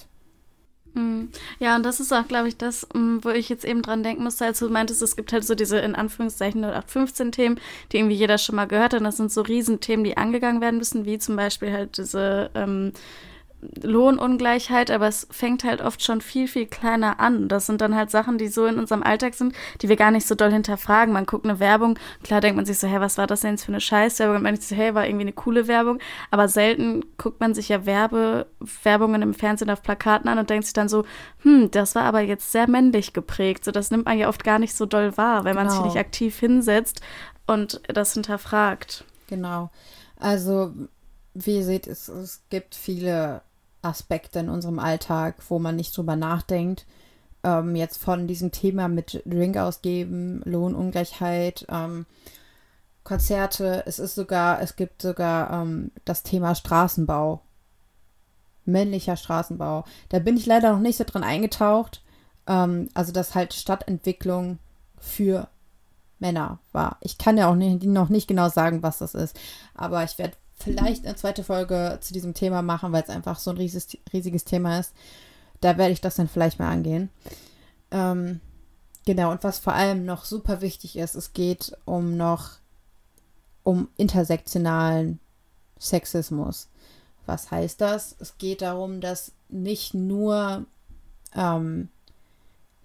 Ja, und das ist auch, glaube ich, das, wo ich jetzt eben dran denken musste, als du meintest, es gibt halt so diese, in Anführungszeichen, null acht fünfzehn Themen, die irgendwie jeder schon mal gehört hat. Und das sind so Riesenthemen, die angegangen werden müssen, wie zum Beispiel halt diese ähm, Lohnungleichheit, aber es fängt halt oft schon viel, viel kleiner an. Das sind dann halt Sachen, die so in unserem Alltag sind, die wir gar nicht so doll hinterfragen. Man guckt eine Werbung, klar denkt man sich so, hä, was war das denn jetzt für eine Scheißwerbung? Und man denkt sich so, hey, war irgendwie eine coole Werbung. Aber selten guckt man sich ja Werbe, Werbungen im Fernsehen auf Plakaten an und denkt sich dann so, hm, das war aber jetzt sehr männlich geprägt. So, das nimmt man ja oft gar nicht so doll wahr, wenn man Genau. sich nicht aktiv hinsetzt und das hinterfragt. Genau. Also, wie ihr seht, es, es gibt viele Aspekte in unserem Alltag, wo man nicht drüber nachdenkt. Ähm, jetzt von diesem Thema mit Drink ausgeben, Lohnungleichheit, ähm, Konzerte, es ist sogar, es gibt sogar ähm, das Thema Straßenbau. Männlicher Straßenbau. Da bin ich leider noch nicht so dran eingetaucht. Ähm, also, dass halt Stadtentwicklung für Männer war. Ich kann ja auch nicht, noch nicht genau sagen, was das ist. Aber ich werde vielleicht eine zweite Folge zu diesem Thema machen, weil es einfach so ein riesiges, riesiges Thema ist. Da werde ich das dann vielleicht mal angehen. Ähm, genau, und was vor allem noch super wichtig ist, es geht um noch um intersektionalen Sexismus. Was heißt das? Es geht darum, dass nicht nur ähm,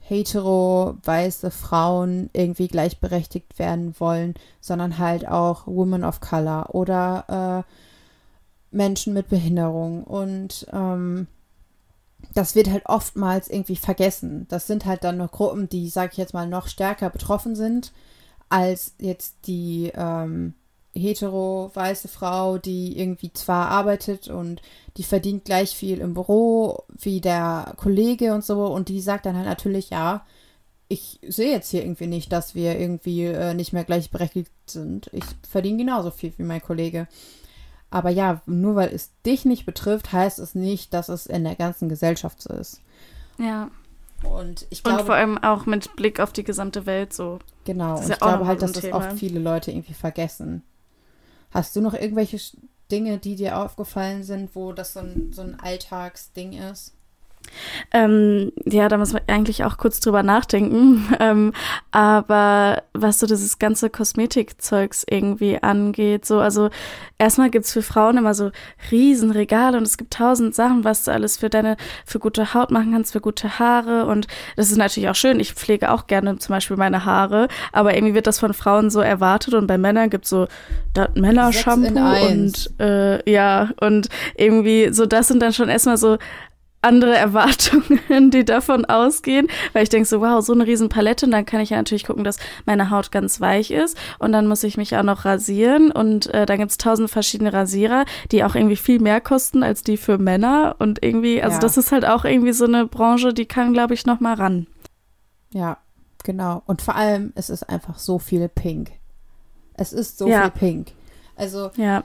hetero, weiße Frauen irgendwie gleichberechtigt werden wollen, sondern halt auch Women of Color oder äh, Menschen mit Behinderung. Und ähm, das wird halt oftmals irgendwie vergessen. Das sind halt dann noch Gruppen, die, sag ich jetzt mal, noch stärker betroffen sind als jetzt die ähm, hetero weiße Frau, die irgendwie zwar arbeitet und die verdient gleich viel im Büro wie der Kollege und so, und die sagt dann halt natürlich, ja, ich sehe jetzt hier irgendwie nicht, dass wir irgendwie äh, nicht mehr gleichberechtigt sind. Ich verdiene genauso viel wie mein Kollege. Aber ja, nur weil es dich nicht betrifft, heißt es nicht, dass es in der ganzen Gesellschaft so ist. Ja. Und ich glaube, und vor allem auch mit Blick auf die gesamte Welt so. Genau, und ja ich glaube auch halt, so dass das Thema. auch viele Leute irgendwie vergessen. Hast du noch irgendwelche Dinge, die dir aufgefallen sind, wo das so ein, so ein Alltagsding ist? Ähm, ja, da muss man eigentlich auch kurz drüber nachdenken. Ähm, aber was so dieses ganze Kosmetikzeugs irgendwie angeht, so, also erstmal gibt's für Frauen immer so riesen Regale und es gibt tausend Sachen, was du alles für deine, für gute Haut machen kannst, für gute Haare, und das ist natürlich auch schön. Ich pflege auch gerne zum Beispiel meine Haare, aber irgendwie wird das von Frauen so erwartet, und bei Männern gibt's so das Männershampoo und äh, ja, und irgendwie so, das sind dann schon erstmal so andere Erwartungen, die davon ausgehen, weil ich denke so, wow, so eine riesen Palette, und dann kann ich ja natürlich gucken, dass meine Haut ganz weich ist, und dann muss ich mich auch noch rasieren, und äh, dann gibt's tausend verschiedene Rasierer, die auch irgendwie viel mehr kosten als die für Männer, und irgendwie, also Ja. das ist halt auch irgendwie so eine Branche, die kann, glaube ich, noch mal ran. Ja, genau. Und vor allem, es ist einfach so viel Pink. Es ist so Ja. viel Pink. Also, Ja,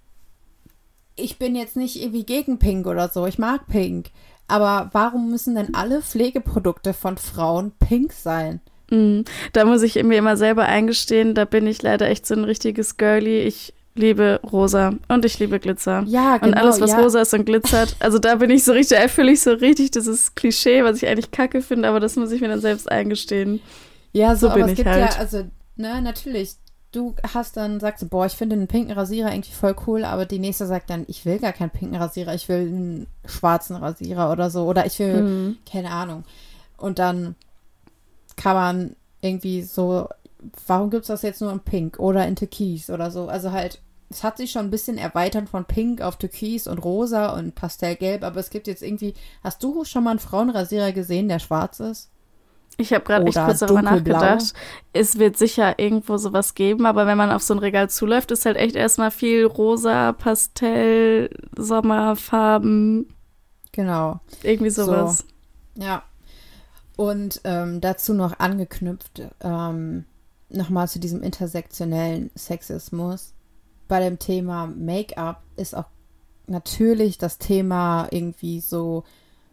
ich bin jetzt nicht irgendwie gegen Pink oder so. Ich mag Pink. Aber warum müssen denn alle Pflegeprodukte von Frauen pink sein? mm, da muss ich mir immer selber eingestehen, da bin ich leider echt so ein richtiges Girlie. Ich liebe rosa und ich liebe Glitzer. Ja, genau. Und alles, was ja. rosa ist und glitzert, also da bin ich so richtig, erfülle ich so richtig dieses Klischee, was ich eigentlich kacke finde, aber das muss ich mir dann selbst eingestehen. Ja, so, So bin aber es ich gibt halt. ja, also, ne, natürlich, du hast dann, sagst du, boah, ich finde einen pinken Rasierer irgendwie voll cool, aber die nächste sagt dann, ich will gar keinen pinken Rasierer, ich will einen schwarzen Rasierer oder so, oder ich will, Mhm. keine Ahnung. Und dann kann man irgendwie so, warum gibt's das jetzt nur in Pink oder in Türkis oder so? Also halt, es hat sich schon ein bisschen erweitert von Pink auf Türkis und Rosa und Pastellgelb, aber es gibt jetzt irgendwie, hast du schon mal einen Frauenrasierer gesehen, der schwarz ist? Ich habe gerade echt Oder kurz darüber dunkelblau. nachgedacht. Es wird sicher irgendwo sowas geben, aber wenn man auf so ein Regal zuläuft, ist halt echt erstmal viel rosa, Pastell, Sommerfarben, Genau. irgendwie sowas. Ja. Und ähm, dazu noch angeknüpft, ähm, nochmal zu diesem intersektionellen Sexismus. Bei dem Thema Make-up ist auch natürlich das Thema irgendwie so,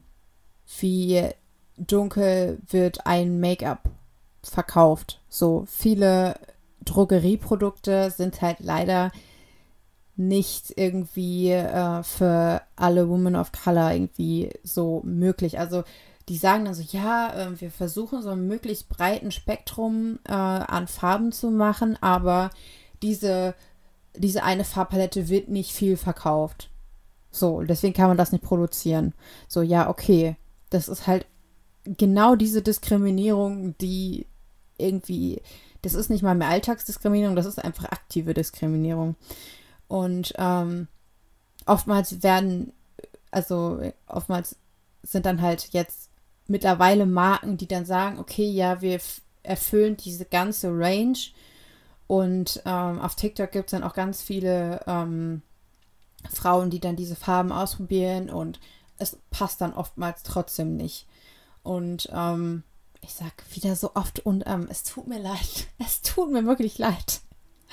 wie dunkel wird ein Make-up verkauft. So viele Drogerieprodukte sind halt leider nicht irgendwie äh, für alle Women of Color irgendwie so möglich. Also die sagen dann so, ja, äh, wir versuchen so ein möglichst breiten Spektrum äh, an Farben zu machen, aber diese, diese eine Farbpalette wird nicht viel verkauft. So, deswegen kann man das nicht produzieren. So, ja, okay. Das ist halt genau diese Diskriminierung, die irgendwie, das ist nicht mal mehr Alltagsdiskriminierung, das ist einfach aktive Diskriminierung. Und ähm, oftmals werden, also oftmals sind dann halt jetzt mittlerweile Marken, die dann sagen, okay, ja, wir f- erfüllen diese ganze Range, und ähm, auf TikTok gibt es dann auch ganz viele ähm, Frauen, die dann diese Farben ausprobieren, und es passt dann oftmals trotzdem nicht. Und ähm, ich sag wieder so oft, und ähm, es tut mir leid, es tut mir wirklich leid.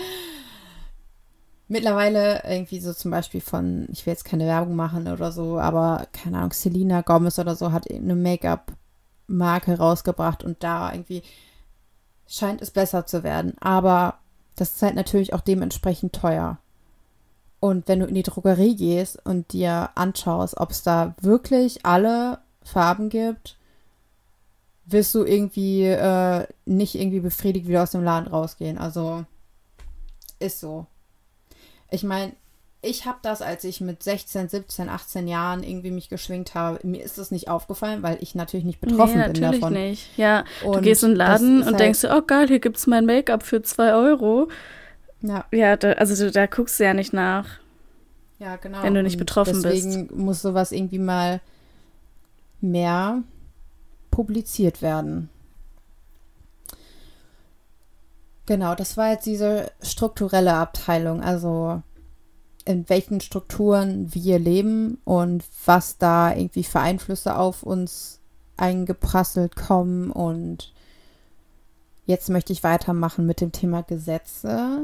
Mittlerweile irgendwie so zum Beispiel von, ich will jetzt keine Werbung machen oder so, aber keine Ahnung, Selena Gomez oder so hat eine Make-up-Marke rausgebracht, und da irgendwie scheint es besser zu werden. Aber das ist halt natürlich auch dementsprechend teuer. Und wenn du in die Drogerie gehst und dir anschaust, ob es da wirklich alle Farben gibt, wirst du irgendwie äh, nicht irgendwie befriedigt wieder aus dem Laden rausgehen. Also ist so. Ich meine, ich habe das, als ich mit sechzehn, siebzehn, achtzehn Jahren irgendwie mich geschwingt habe, mir ist das nicht aufgefallen, weil ich natürlich nicht betroffen nee, bin natürlich davon. nicht. Ja, und du gehst in den Laden und halt, denkst dir, oh geil, hier gibt's mein Make-up für zwei Euro. Ja, ja da, also du, da guckst du ja nicht nach. Ja, genau. Wenn du nicht und betroffen deswegen bist. Deswegen muss sowas irgendwie mal mehr publiziert werden. Genau, das war jetzt diese strukturelle Abteilung, also in welchen Strukturen wir leben und was da irgendwie für Einflüsse auf uns eingeprasselt kommen. Und jetzt möchte ich weitermachen mit dem Thema Gesetze.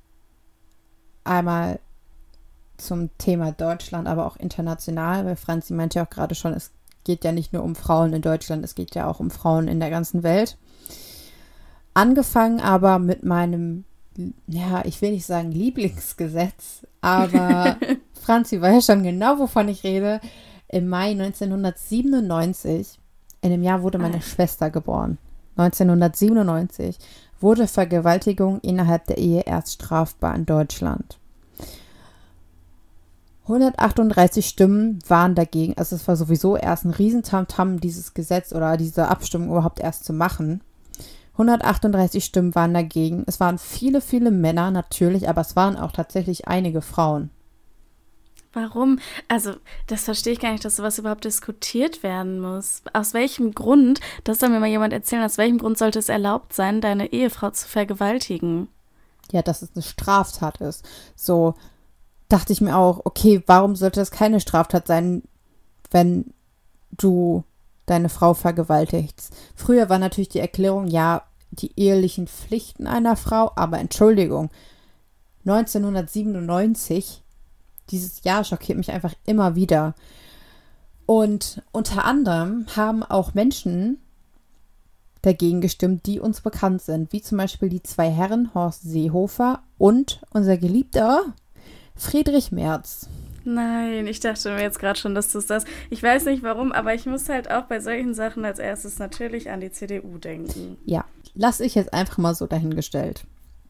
Einmal zum Thema Deutschland, aber auch international, weil Franzi meinte ja auch gerade schon, es geht ja nicht nur um Frauen in Deutschland, es geht ja auch um Frauen in der ganzen Welt. Angefangen aber mit meinem, ja, ich will nicht sagen Lieblingsgesetz, aber Franzi weiß schon genau, wovon ich rede. Im Mai neunzehnhundertsiebenundneunzig, in dem Jahr wurde meine ah. Schwester geboren. neunzehnhundertsiebenundneunzig wurde Vergewaltigung innerhalb der Ehe erst strafbar in Deutschland. hundertachtunddreißig Stimmen waren dagegen, also es war sowieso erst ein Riesentamtam, dieses Gesetz oder diese Abstimmung überhaupt erst zu machen. hundertachtunddreißig Stimmen waren dagegen. Es waren viele, viele Männer natürlich, aber es waren auch tatsächlich einige Frauen. Warum? Also, das verstehe ich gar nicht, dass sowas überhaupt diskutiert werden muss. Aus welchem Grund, das soll mir mal jemand erzählen, aus welchem Grund sollte es erlaubt sein, deine Ehefrau zu vergewaltigen? Ja, dass es eine Straftat ist. So dachte ich mir auch, okay, warum sollte es keine Straftat sein, wenn du deine Frau vergewaltigst? Früher war natürlich die Erklärung, ja, die ehelichen Pflichten einer Frau, aber Entschuldigung, neunzehnhundertsiebenundneunzig, dieses Jahr schockiert mich einfach immer wieder. Und unter anderem haben auch Menschen dagegen gestimmt, die uns bekannt sind, wie zum Beispiel die zwei Herren Horst Seehofer und unser geliebter Friedrich Merz. Nein, ich dachte mir jetzt gerade schon, dass du es das. Ich weiß nicht warum, aber ich muss halt auch bei solchen Sachen als erstes natürlich an die C D U denken. Ja, lasse ich jetzt einfach mal so dahingestellt.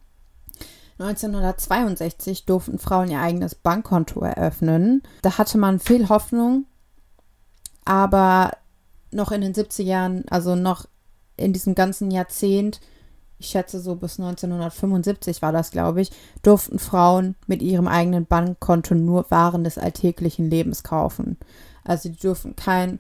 neunzehnhundertzweiundsechzig durften Frauen ihr eigenes Bankkonto eröffnen. Da hatte man viel Hoffnung, aber noch in den siebziger Jahren, also noch in diesem ganzen Jahrzehnt, ich schätze so bis neunzehnhundertfünfundsiebzig war das, glaube ich, durften Frauen mit ihrem eigenen Bankkonto nur Waren des alltäglichen Lebens kaufen. Also die durften kein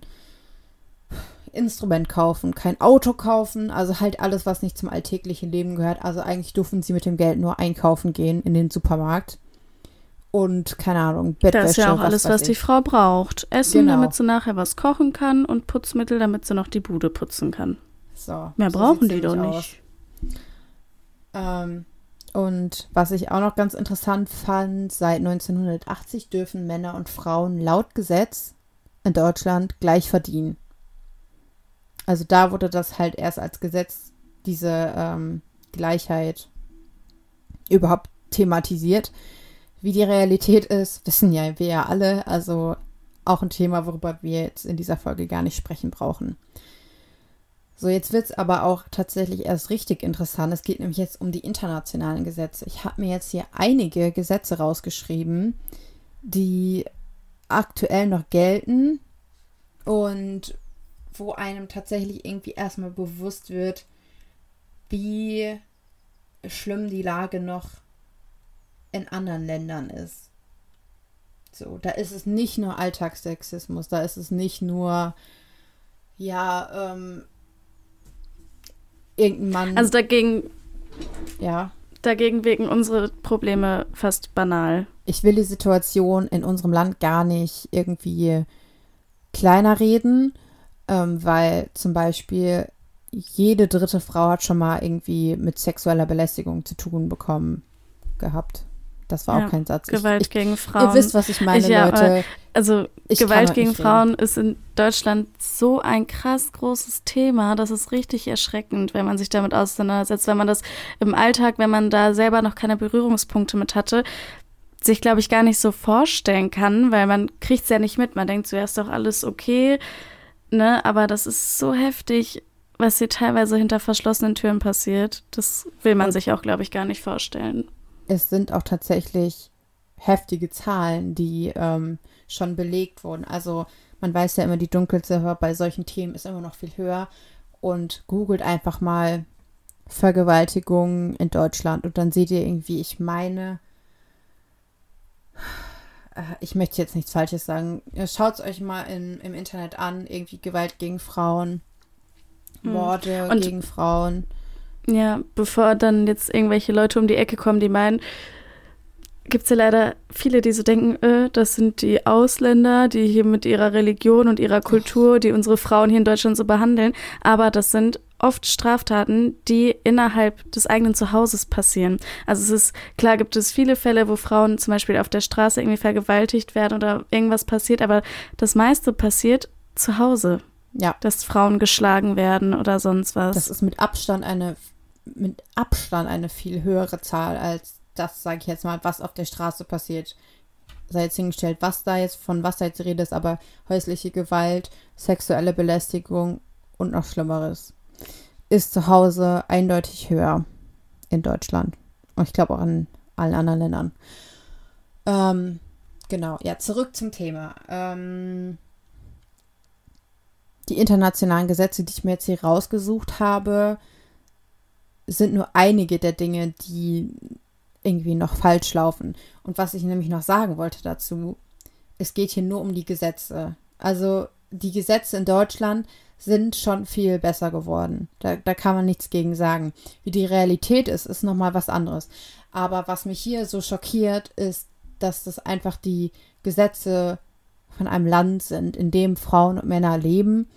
Instrument kaufen, kein Auto kaufen, also halt alles, was nicht zum alltäglichen Leben gehört. Also eigentlich durften sie mit dem Geld nur einkaufen gehen in den Supermarkt. Und, keine Ahnung, Bettwäsche. Das ist ja auch alles, was, was die Frau braucht. Essen, genau, damit sie nachher was kochen kann und Putzmittel, damit sie noch die Bude putzen kann. So, Mehr so brauchen die doch nicht. Ähm, und was ich auch noch ganz interessant fand, seit neunzehnhundertachtzig dürfen Männer und Frauen laut Gesetz in Deutschland gleich verdienen. Also da wurde das halt erst als Gesetz, diese ähm, Gleichheit überhaupt thematisiert. Wie die Realität ist, wissen ja wir ja alle. Also auch ein Thema, worüber wir jetzt in dieser Folge gar nicht sprechen brauchen. So, jetzt wird es aber auch tatsächlich erst richtig interessant. Es geht nämlich jetzt um die internationalen Gesetze. Ich habe mir jetzt hier einige Gesetze rausgeschrieben, die aktuell noch gelten und wo einem tatsächlich irgendwie erstmal bewusst wird, wie schlimm die Lage noch in anderen Ländern ist. So, da ist es nicht nur Alltagssexismus, da ist es nicht nur, ja, ähm, irgendein Mann. Also dagegen, ja. Dagegen wirken unsere Probleme fast banal. Ich will die Situation in unserem Land gar nicht irgendwie kleiner reden, ähm, weil zum Beispiel jede dritte Frau hat schon mal irgendwie mit sexueller Belästigung zu tun bekommen gehabt. Das war ja auch kein Satz. Gewalt ich, gegen Frauen. Ihr wisst, was ich meine, ich, ja, Leute. Also Gewalt gegen Frauen ist in Deutschland so ein krass großes Thema. Das ist richtig erschreckend, wenn man sich damit auseinandersetzt. Wenn man das im Alltag, wenn man da selber noch keine Berührungspunkte mit hatte, sich, glaube ich, gar nicht so vorstellen kann, weil man kriegt es ja nicht mit. Man denkt zuerst doch alles okay, ne? Aber das ist so heftig, was hier teilweise hinter verschlossenen Türen passiert. Das will man Und sich auch, glaube ich, gar nicht vorstellen. Es sind auch tatsächlich heftige Zahlen, die ähm, schon belegt wurden. Also man weiß ja immer, die Dunkelziffer bei solchen Themen ist immer noch viel höher. Und googelt einfach mal Vergewaltigung in Deutschland und dann seht ihr irgendwie, ich meine, ich möchte jetzt nichts Falsches sagen, schaut es euch mal in, im Internet an, irgendwie Gewalt gegen Frauen, Morde und, gegen Frauen. Ja, bevor dann jetzt irgendwelche Leute um die Ecke kommen, die meinen, gibt es ja leider viele, die so denken, äh, das sind die Ausländer, die hier mit ihrer Religion und ihrer Kultur, die unsere Frauen hier in Deutschland so behandeln, aber das sind oft Straftaten, die innerhalb des eigenen Zuhauses passieren. Also es ist, klar gibt es viele Fälle, wo Frauen zum Beispiel auf der Straße irgendwie vergewaltigt werden oder irgendwas passiert, aber das meiste passiert zu Hause. Ja. Dass Frauen geschlagen werden oder sonst was. Das ist mit Abstand eine, mit Abstand eine viel höhere Zahl als das, sage ich jetzt mal, was auf der Straße passiert. Sei jetzt hingestellt, was da jetzt, von was da jetzt die Rede ist, aber häusliche Gewalt, sexuelle Belästigung und noch Schlimmeres ist zu Hause eindeutig höher in Deutschland. Und ich glaube auch in allen anderen Ländern. Ähm, genau, ja, zurück zum Thema. Ähm, die internationalen Gesetze, die ich mir jetzt hier rausgesucht habe, sind nur einige der Dinge, die irgendwie noch falsch laufen. Und was ich nämlich noch sagen wollte dazu, es geht hier nur um die Gesetze. Also die Gesetze in Deutschland sind schon viel besser geworden. Da, da kann man nichts gegen sagen. Wie die Realität ist, ist nochmal was anderes. Aber was mich hier so schockiert, ist, dass das einfach die Gesetze von einem Land sind, in dem Frauen und Männer leben.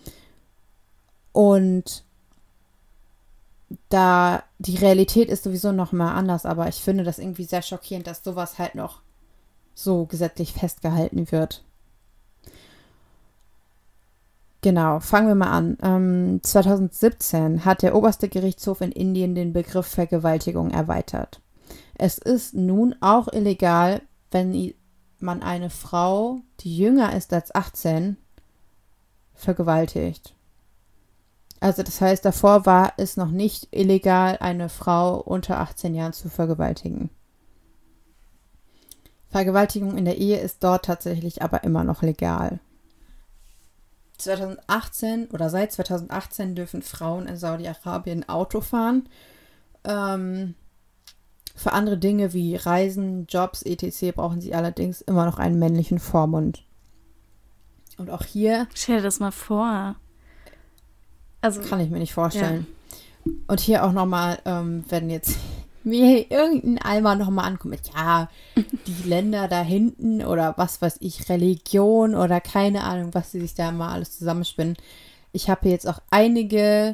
Und da die Realität ist sowieso noch mal anders, aber ich finde das irgendwie sehr schockierend, dass sowas halt noch so gesetzlich festgehalten wird. Genau, fangen wir mal an. Ähm, zwanzig siebzehn hat der oberste Gerichtshof in Indien den Begriff Vergewaltigung erweitert. Es ist nun auch illegal, wenn man eine Frau, die jünger ist als achtzehn, vergewaltigt. Also das heißt, davor war es noch nicht illegal, eine Frau unter achtzehn Jahren zu vergewaltigen. Vergewaltigung in der Ehe ist dort tatsächlich aber immer noch legal. zwanzig achtzehn oder seit zwanzig achtzehn dürfen Frauen in Saudi-Arabien Auto fahren. Ähm, für andere Dinge wie Reisen, Jobs, et cetera brauchen sie allerdings immer noch einen männlichen Vormund. Und auch hier... Stell dir das mal vor. Also, kann ich mir nicht vorstellen. Ja. Und hier auch nochmal, ähm, wenn jetzt mir irgendein Alma nochmal ankommt mit, ja, die Länder da hinten oder was weiß ich, Religion oder keine Ahnung, was sie sich da mal alles zusammenspinnen. Ich habe hier jetzt auch einige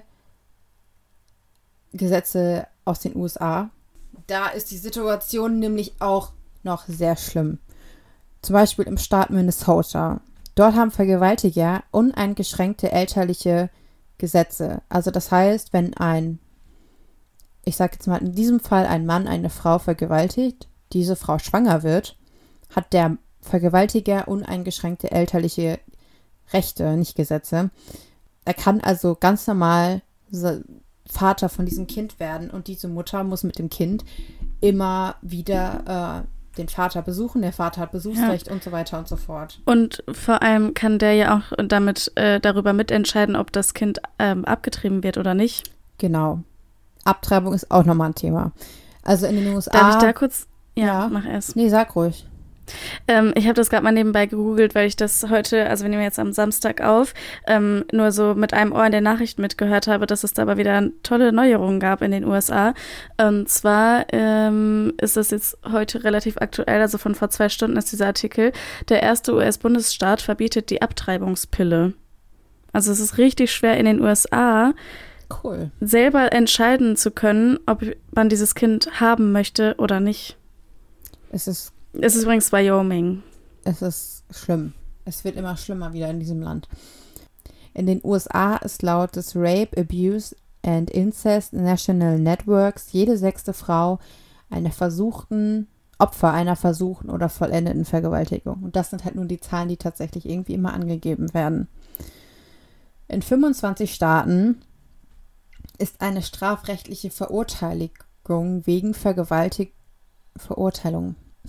Gesetze aus den U S A. Da ist die Situation nämlich auch noch sehr schlimm. Zum Beispiel im Staat Minnesota. Dort haben Vergewaltiger uneingeschränkte elterliche Gesetze. Also das heißt, wenn ein, ich sage jetzt mal in diesem Fall ein Mann eine Frau vergewaltigt, diese Frau schwanger wird, hat der Vergewaltiger uneingeschränkte elterliche Rechte, nicht Gesetze. Er kann also ganz normal Vater von diesem Kind werden und diese Mutter muss mit dem Kind immer wieder äh, den Vater besuchen, der Vater hat Besuchsrecht, ja, und so weiter und so fort. Und vor allem kann der ja auch damit äh, darüber mitentscheiden, ob das Kind ähm, abgetrieben wird oder nicht. Genau. Abtreibung ist auch nochmal ein Thema. Also in den U S A... Darf ich da kurz... Ja, ja. mach erst. Nee, sag ruhig. Ähm, ich habe das gerade mal nebenbei gegoogelt, weil ich das heute, also wir nehmen jetzt am Samstag auf, ähm, nur so mit einem Ohr in den Nachrichten mitgehört habe, dass es da aber wieder tolle Neuerungen gab in den U S A. Und zwar ähm, ist das jetzt heute relativ aktuell, also von vor zwei Stunden ist dieser Artikel, der erste U S-Bundesstaat verbietet die Abtreibungspille. Also es ist richtig schwer in den U S A, cool, selber entscheiden zu können, ob man dieses Kind haben möchte oder nicht. Es ist Es ist übrigens Wyoming. Es ist schlimm. Es wird immer schlimmer wieder in diesem Land. In den U S A ist laut des Rape, Abuse and Incest National Networks jede sechste Frau einer versuchten, Opfer einer versuchten oder vollendeten Vergewaltigung. Und das sind halt nur die Zahlen, die tatsächlich irgendwie immer angegeben werden. In fünfundzwanzig Staaten ist eine strafrechtliche Verurteilung wegen Vergewaltigung Verurteilung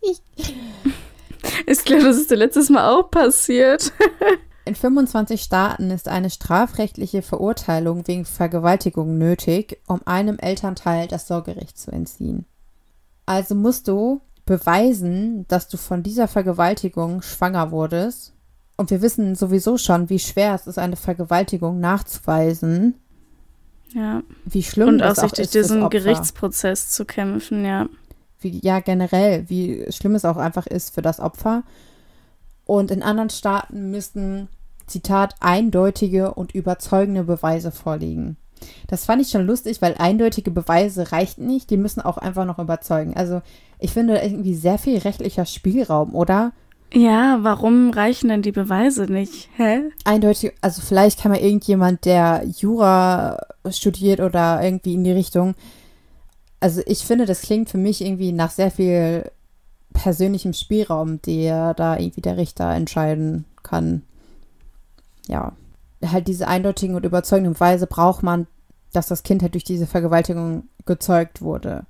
Ich glaube, das ist dir letztes Mal auch passiert. In fünfundzwanzig Staaten ist eine strafrechtliche Verurteilung wegen Vergewaltigung nötig, um einem Elternteil das Sorgerecht zu entziehen. Also musst du beweisen, dass du von dieser Vergewaltigung schwanger wurdest. Und wir wissen sowieso schon, wie schwer es ist, eine Vergewaltigung nachzuweisen. Ja. Wie schlimm Und das auch auch sich durch ist fürs diesen Opfer. Gerichtsprozess zu kämpfen, ja. Wie, ja, generell, wie schlimm es auch einfach ist für das Opfer. Und in anderen Staaten müssten, Zitat, eindeutige und überzeugende Beweise vorliegen. Das fand ich schon lustig, weil eindeutige Beweise reichten nicht, die müssen auch einfach noch überzeugen. Also ich finde irgendwie sehr viel rechtlicher Spielraum, oder? Ja, warum reichen denn die Beweise nicht? Hä? Eindeutig, also vielleicht kann man irgendjemand, der Jura studiert oder irgendwie in die Richtung. Also ich finde, das klingt für mich irgendwie nach sehr viel persönlichem Spielraum, der da irgendwie der Richter entscheiden kann. Ja, halt diese eindeutigen und überzeugenden Beweise braucht man, dass das Kind halt durch diese Vergewaltigung gezeugt wurde.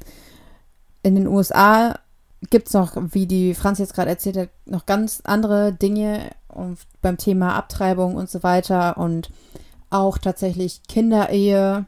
In den U S A gibt es noch, wie die Franz jetzt gerade erzählt hat, noch ganz andere Dinge und beim Thema Abtreibung und so weiter und auch tatsächlich Kinderehe.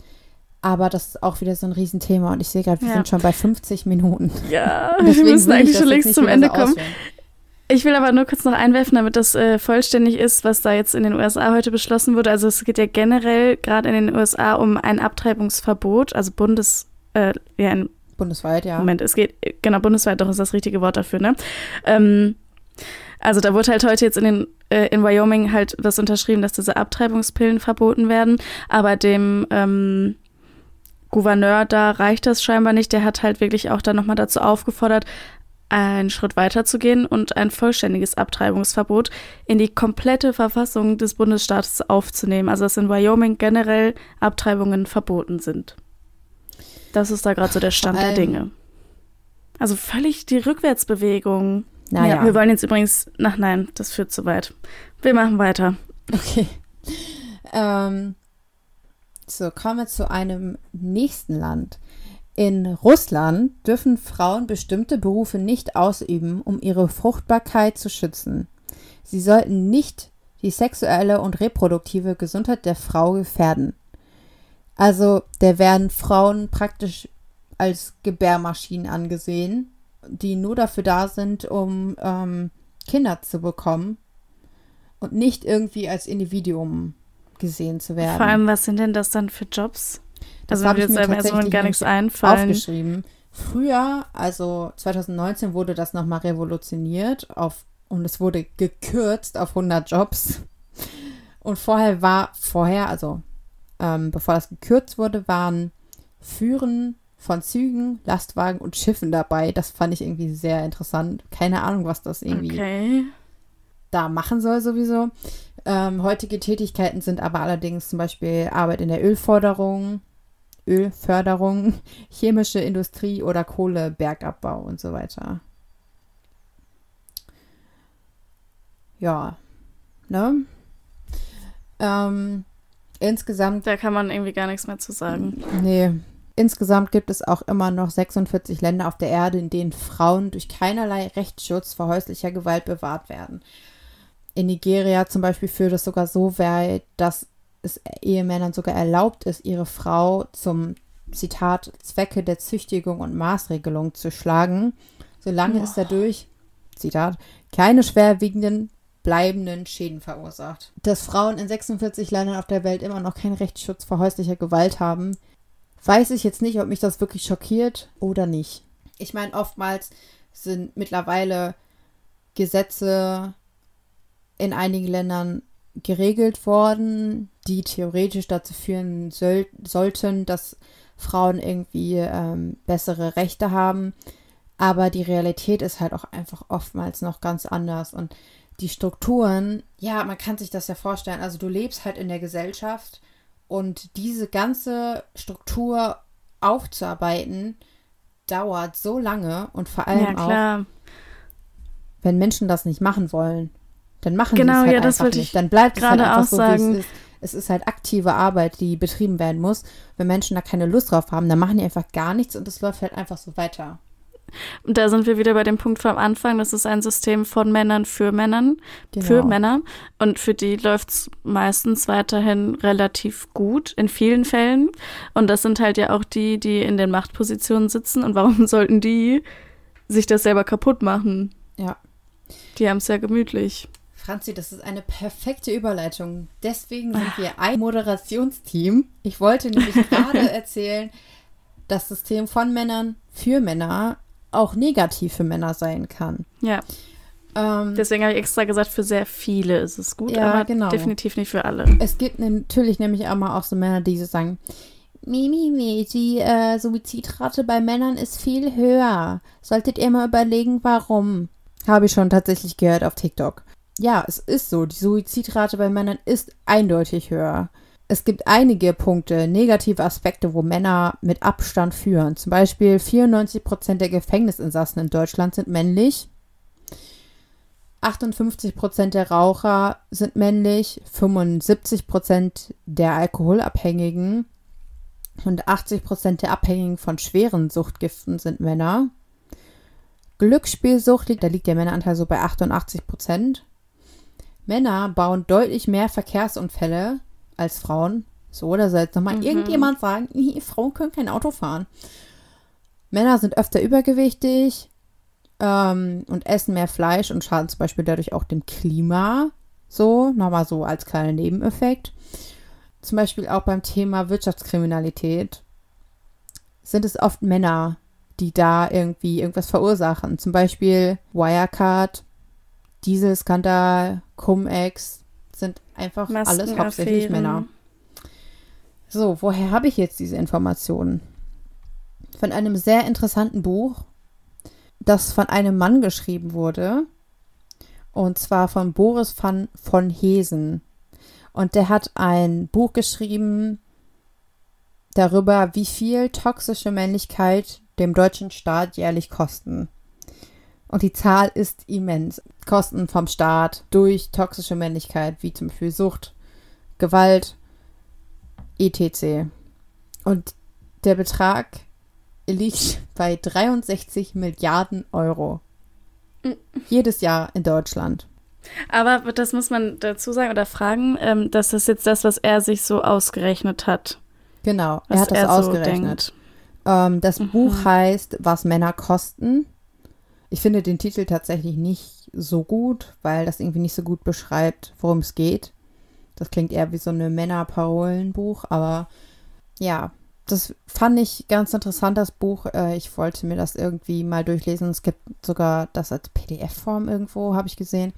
Aber das ist auch wieder so ein Riesenthema und ich sehe gerade, wir Ja. sind schon bei fünfzig Minuten. Ja, Und wir deswegen müssen will ich eigentlich das schon jetzt längst nicht zum wieder Ende so kommen. ausführen. Ich will aber nur kurz noch einwerfen, damit das äh, vollständig ist, was da jetzt in den U S A heute beschlossen wurde. Also es geht ja generell gerade in den U S A um ein Abtreibungsverbot, also Bundes, äh, ja, ein, Bundesweit, ja. Moment, es geht, genau, bundesweit, doch ist das richtige Wort dafür, ne? Ähm, also da wurde halt heute jetzt in den äh, in Wyoming halt was unterschrieben, dass diese Abtreibungspillen verboten werden, aber dem ähm, Gouverneur da reicht das scheinbar nicht. Der hat halt wirklich auch dann nochmal dazu aufgefordert, einen Schritt weiter zu gehen und ein vollständiges Abtreibungsverbot in die komplette Verfassung des Bundesstaates aufzunehmen. Also dass in Wyoming generell Abtreibungen verboten sind. Das ist da gerade so der Stand der Dinge. Also völlig die Rückwärtsbewegung. Naja. Ja, wir wollen jetzt übrigens, ach nein, das führt zu weit. Wir machen weiter. Okay. Ähm, so, kommen wir zu einem nächsten Land. In Russland dürfen Frauen bestimmte Berufe nicht ausüben, um ihre Fruchtbarkeit zu schützen. Sie sollten nicht die sexuelle und reproduktive Gesundheit der Frau gefährden. Also, da werden Frauen praktisch als Gebärmaschinen angesehen, die nur dafür da sind, um ähm, Kinder zu bekommen und nicht irgendwie als Individuum gesehen zu werden. Vor allem, was sind denn das dann für Jobs? Das Also habe mir ich jetzt mir einfach erstmal tatsächlich gar nichts nämlich einfallen. aufgeschrieben. Früher, also zwanzig neunzehn, wurde das nochmal revolutioniert auf, und es wurde gekürzt auf hundert Jobs. Und vorher war, vorher, also ähm, bevor das gekürzt wurde, waren Führen von Zügen, Lastwagen und Schiffen dabei. Das fand ich irgendwie sehr interessant. Keine Ahnung, was das irgendwie Okay. da machen soll sowieso. Ähm, heutige Tätigkeiten sind aber allerdings zum Beispiel Arbeit in der Ölförderung, Ölförderung, chemische Industrie oder Kohlebergabbau und so weiter. Ja, ne? Ähm, insgesamt, Da kann man irgendwie gar nichts mehr zu sagen. nee, insgesamt gibt es auch immer noch sechsundvierzig Länder auf der Erde, in denen Frauen durch keinerlei Rechtsschutz vor häuslicher Gewalt bewahrt werden. In Nigeria zum Beispiel führt es sogar so weit, dass es Ehemännern sogar erlaubt ist, ihre Frau zum, Zitat, Zwecke der Züchtigung und Maßregelung zu schlagen, solange Oh. es dadurch, Zitat, keine schwerwiegenden bleibenden Schäden verursacht. Dass Frauen in sechsundvierzig Ländern auf der Welt immer noch keinen Rechtsschutz vor häuslicher Gewalt haben, weiß ich jetzt nicht, ob mich das wirklich schockiert oder nicht. Ich meine, oftmals sind mittlerweile Gesetze in einigen Ländern geregelt worden, die theoretisch dazu führen soll, sollten, dass Frauen irgendwie ähm, bessere Rechte haben. Aber die Realität ist halt auch einfach oftmals noch ganz anders. Und die Strukturen, ja, man kann sich das ja vorstellen. Also du lebst halt in der Gesellschaft und diese ganze Struktur aufzuarbeiten, dauert so lange und vor allem Ja, klar. auch, wenn Menschen das nicht machen wollen, dann machen Genau, sie es halt ja, das einfach wollte nicht. ich Dann bleibt es halt gerade einfach auch so, wie sagen. es ist. Es ist halt aktive Arbeit, die betrieben werden muss. Wenn Menschen da keine Lust drauf haben, dann machen die einfach gar nichts und es läuft halt einfach so weiter. Da sind wir wieder bei dem Punkt vom Anfang. Das ist ein System von Männern für Männern, genau. für Männer. Und für die läuft es meistens weiterhin relativ gut, in vielen Fällen. Und das sind halt ja auch die, die in den Machtpositionen sitzen. Und warum sollten die sich das selber kaputt machen? Ja. Die haben es ja gemütlich. Franzi, das ist eine perfekte Überleitung. Deswegen sind wir ein Moderationsteam. Ich wollte nämlich gerade erzählen, das System von Männern für Männer auch negativ für Männer sein kann. Ja. Ähm, Deswegen habe ich extra gesagt, für sehr viele ist es gut, ja, aber genau. definitiv nicht für alle. Es gibt natürlich nämlich auch mal auch so Männer, die so sagen, Mimi, Mimi, die äh, Suizidrate bei Männern ist viel höher. Solltet ihr mal überlegen, warum? Habe ich schon tatsächlich gehört auf TikTok. Ja, es ist so. Die Suizidrate bei Männern ist eindeutig höher. Es gibt einige Punkte, negative Aspekte, wo Männer mit Abstand führen. Zum Beispiel vierundneunzig Prozent der Gefängnisinsassen in Deutschland sind männlich. achtundfünfzig Prozent der Raucher sind männlich. fünfundsiebzig Prozent der Alkoholabhängigen und achtzig Prozent der Abhängigen von schweren Suchtgiften sind Männer. Glücksspielsucht, da liegt der Männeranteil so bei achtundachtzig Prozent. Männer bauen deutlich mehr Verkehrsunfälle als Frauen. So, da soll jetzt nochmal mhm. irgendjemand sagen, Frauen können kein Auto fahren. Männer sind öfter übergewichtig ähm, und essen mehr Fleisch und schaden zum Beispiel dadurch auch dem Klima. So, nochmal so als kleiner Nebeneffekt. Zum Beispiel auch beim Thema Wirtschaftskriminalität sind es oft Männer, die da irgendwie irgendwas verursachen. Zum Beispiel Wirecard, Dieselskandal, Cum-Ex, sind einfach alles hauptsächlich Männer. So, woher habe ich jetzt diese Informationen? Von einem sehr interessanten Buch, das von einem Mann geschrieben wurde. Und zwar von Boris van von Heesen. Und der hat ein Buch geschrieben darüber, wie viel toxische Männlichkeit dem deutschen Staat jährlich kosten. Und die Zahl ist immens. Kosten vom Staat durch toxische Männlichkeit, wie zum Beispiel Sucht, Gewalt, et cetera. Und der Betrag liegt bei dreiundsechzig Milliarden Euro. Jedes Jahr in Deutschland. Aber das muss man dazu sagen oder fragen, ähm, dass das jetzt das, was er sich so ausgerechnet hat. Genau, er hat das er ausgerechnet. So ähm, das mhm. Buch heißt, was Männer kosten. Ich finde den Titel tatsächlich nicht so gut, weil das irgendwie nicht so gut beschreibt, worum es geht. Das klingt eher wie so eine Männerparolenbuch, aber ja, das fand ich ganz interessant, das Buch. Ich wollte mir das irgendwie mal durchlesen. Es gibt sogar das als P D F-Form irgendwo, habe ich gesehen.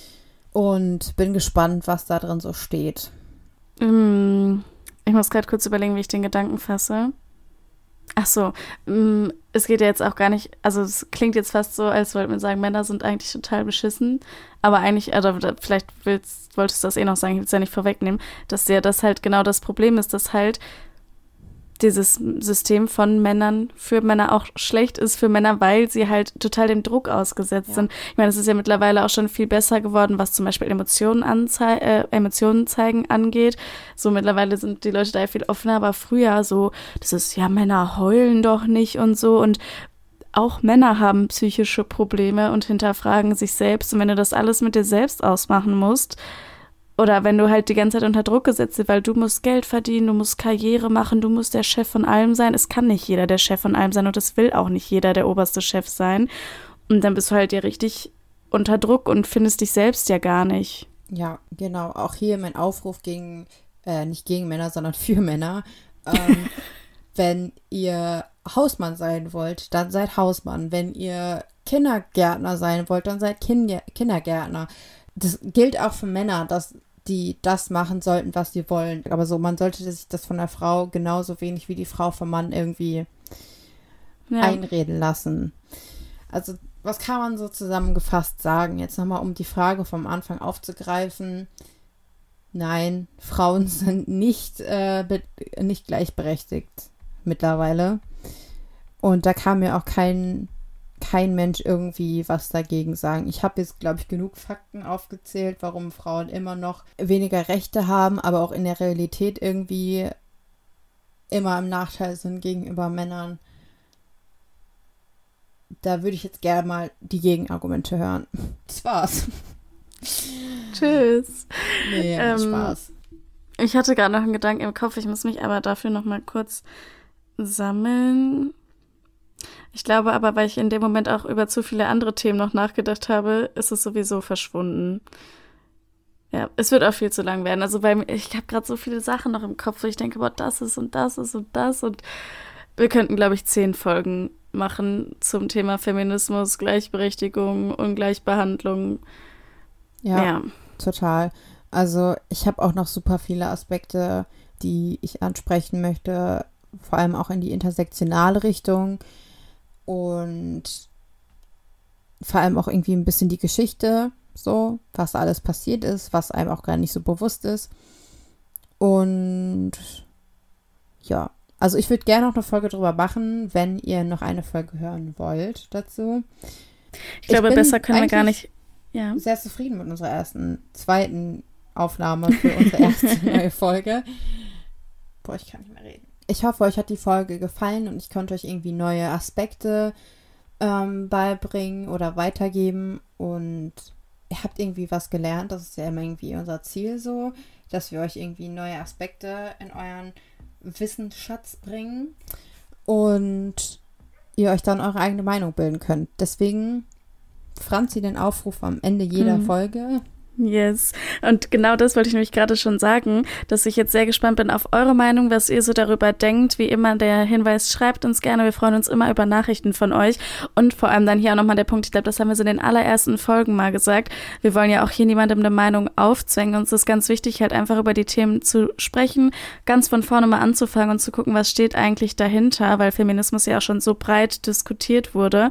Und bin gespannt, was da drin so steht. Ich muss gerade kurz überlegen, wie ich den Gedanken fasse. Ach so, es geht ja jetzt auch gar nicht, also es klingt jetzt fast so, als wollte man sagen, Männer sind eigentlich total beschissen, aber eigentlich, also vielleicht willst, wolltest du das eh noch sagen, ich will es ja nicht vorwegnehmen, dass ja das halt genau das Problem ist, dass halt dieses System von Männern für Männer auch schlecht ist für Männer, weil sie halt total dem Druck ausgesetzt ja. sind. Ich meine, es ist ja mittlerweile auch schon viel besser geworden, was zum Beispiel Emotionen, anzei- äh, Emotionen zeigen angeht. So mittlerweile sind die Leute da ja viel offener, aber früher so, das ist, ja, Männer heulen doch nicht und so und auch Männer haben psychische Probleme und hinterfragen sich selbst und wenn du das alles mit dir selbst ausmachen musst, oder wenn du halt die ganze Zeit unter Druck gesetzt bist, weil du musst Geld verdienen, du musst Karriere machen, du musst der Chef von allem sein. Es kann nicht jeder der Chef von allem sein und es will auch nicht jeder der oberste Chef sein. Und dann bist du halt ja richtig unter Druck und findest dich selbst ja gar nicht. Ja, genau. Auch hier mein Aufruf gegen, äh, nicht gegen Männer, sondern für Männer. Ähm, wenn ihr Hausmann sein wollt, dann seid Hausmann. Wenn ihr Kindergärtner sein wollt, dann seid Kinder- Kindergärtner. Das gilt auch für Männer, dass die das machen sollten, was sie wollen. Aber so, man sollte sich das von der Frau genauso wenig wie die Frau vom Mann irgendwie ja. einreden lassen. Also, was kann man so zusammengefasst sagen? Jetzt nochmal, um die Frage vom Anfang aufzugreifen. Nein, Frauen sind nicht, äh, be- nicht gleichberechtigt mittlerweile. Und da kann mir auch kein kein Mensch irgendwie was dagegen sagen. Ich habe jetzt, glaube ich, genug Fakten aufgezählt, warum Frauen immer noch weniger Rechte haben, aber auch in der Realität irgendwie immer im Nachteil sind gegenüber Männern. da würde ich jetzt gerne mal die Gegenargumente hören. Das war's. Tschüss. Nee, ähm, Spaß. Ich hatte gerade noch einen Gedanken im Kopf, ich muss mich aber dafür noch mal kurz sammeln. Ich glaube aber, weil ich in dem Moment auch über zu viele andere Themen noch nachgedacht habe, ist es sowieso verschwunden. Ja, es wird auch viel zu lang werden. Also weil ich habe gerade so viele Sachen noch im Kopf, wo ich denke, boah, das ist und das ist und das und wir könnten, glaube ich, zehn Folgen machen zum Thema Feminismus, Gleichberechtigung, Ungleichbehandlung. Ja, ja. Total. Also ich habe auch noch super viele Aspekte, die ich ansprechen möchte, vor allem auch in die intersektionale Richtung und vor allem auch irgendwie ein bisschen die Geschichte, so, was alles passiert ist, was einem auch gar nicht so bewusst ist. Und ja, also ich würde gerne noch eine Folge drüber machen, wenn ihr noch eine Folge hören wollt dazu. Ich glaube, ich besser können wir gar nicht. Ja. Sehr zufrieden mit unserer ersten, zweiten Aufnahme für unsere erste neue Folge. Boah, ich kann nicht mehr reden. Ich hoffe, euch hat die Folge gefallen und ich konnte euch irgendwie neue Aspekte ähm, beibringen oder weitergeben und ihr habt irgendwie was gelernt. Das ist ja immer irgendwie unser Ziel so, dass wir euch irgendwie neue Aspekte in euren Wissensschatz bringen und ihr euch dann eure eigene Meinung bilden könnt. Deswegen Franzi den Aufruf am Ende jeder mhm. Folge. Yes. Und genau das wollte ich nämlich gerade schon sagen, dass ich jetzt sehr gespannt bin auf eure Meinung, was ihr so darüber denkt. Wie immer der Hinweis, schreibt uns gerne. Wir freuen uns immer über Nachrichten von euch. Und vor allem dann hier auch nochmal der Punkt, ich glaube, das haben wir so in den allerersten Folgen mal gesagt. Wir wollen ja auch hier niemandem eine Meinung aufzwängen. Uns ist ganz wichtig, halt einfach über die Themen zu sprechen, ganz von vorne mal anzufangen und zu gucken, was steht eigentlich dahinter, weil Feminismus ja auch schon so breit diskutiert wurde,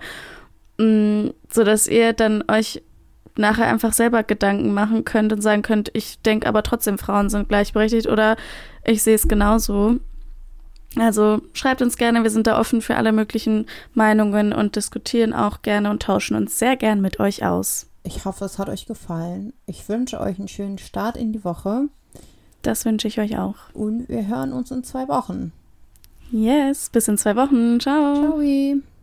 so dass ihr dann euch nachher einfach selber Gedanken machen könnt und sagen könnt, ich denke aber trotzdem, Frauen sind gleichberechtigt oder ich sehe es genauso. Also schreibt uns gerne, wir sind da offen für alle möglichen Meinungen und diskutieren auch gerne und tauschen uns sehr gern mit euch aus. Ich hoffe, es hat euch gefallen. Ich wünsche euch einen schönen Start in die Woche. Das wünsche ich euch auch. Und wir hören uns in zwei Wochen. Yes, bis in zwei Wochen. Ciao. Ciao.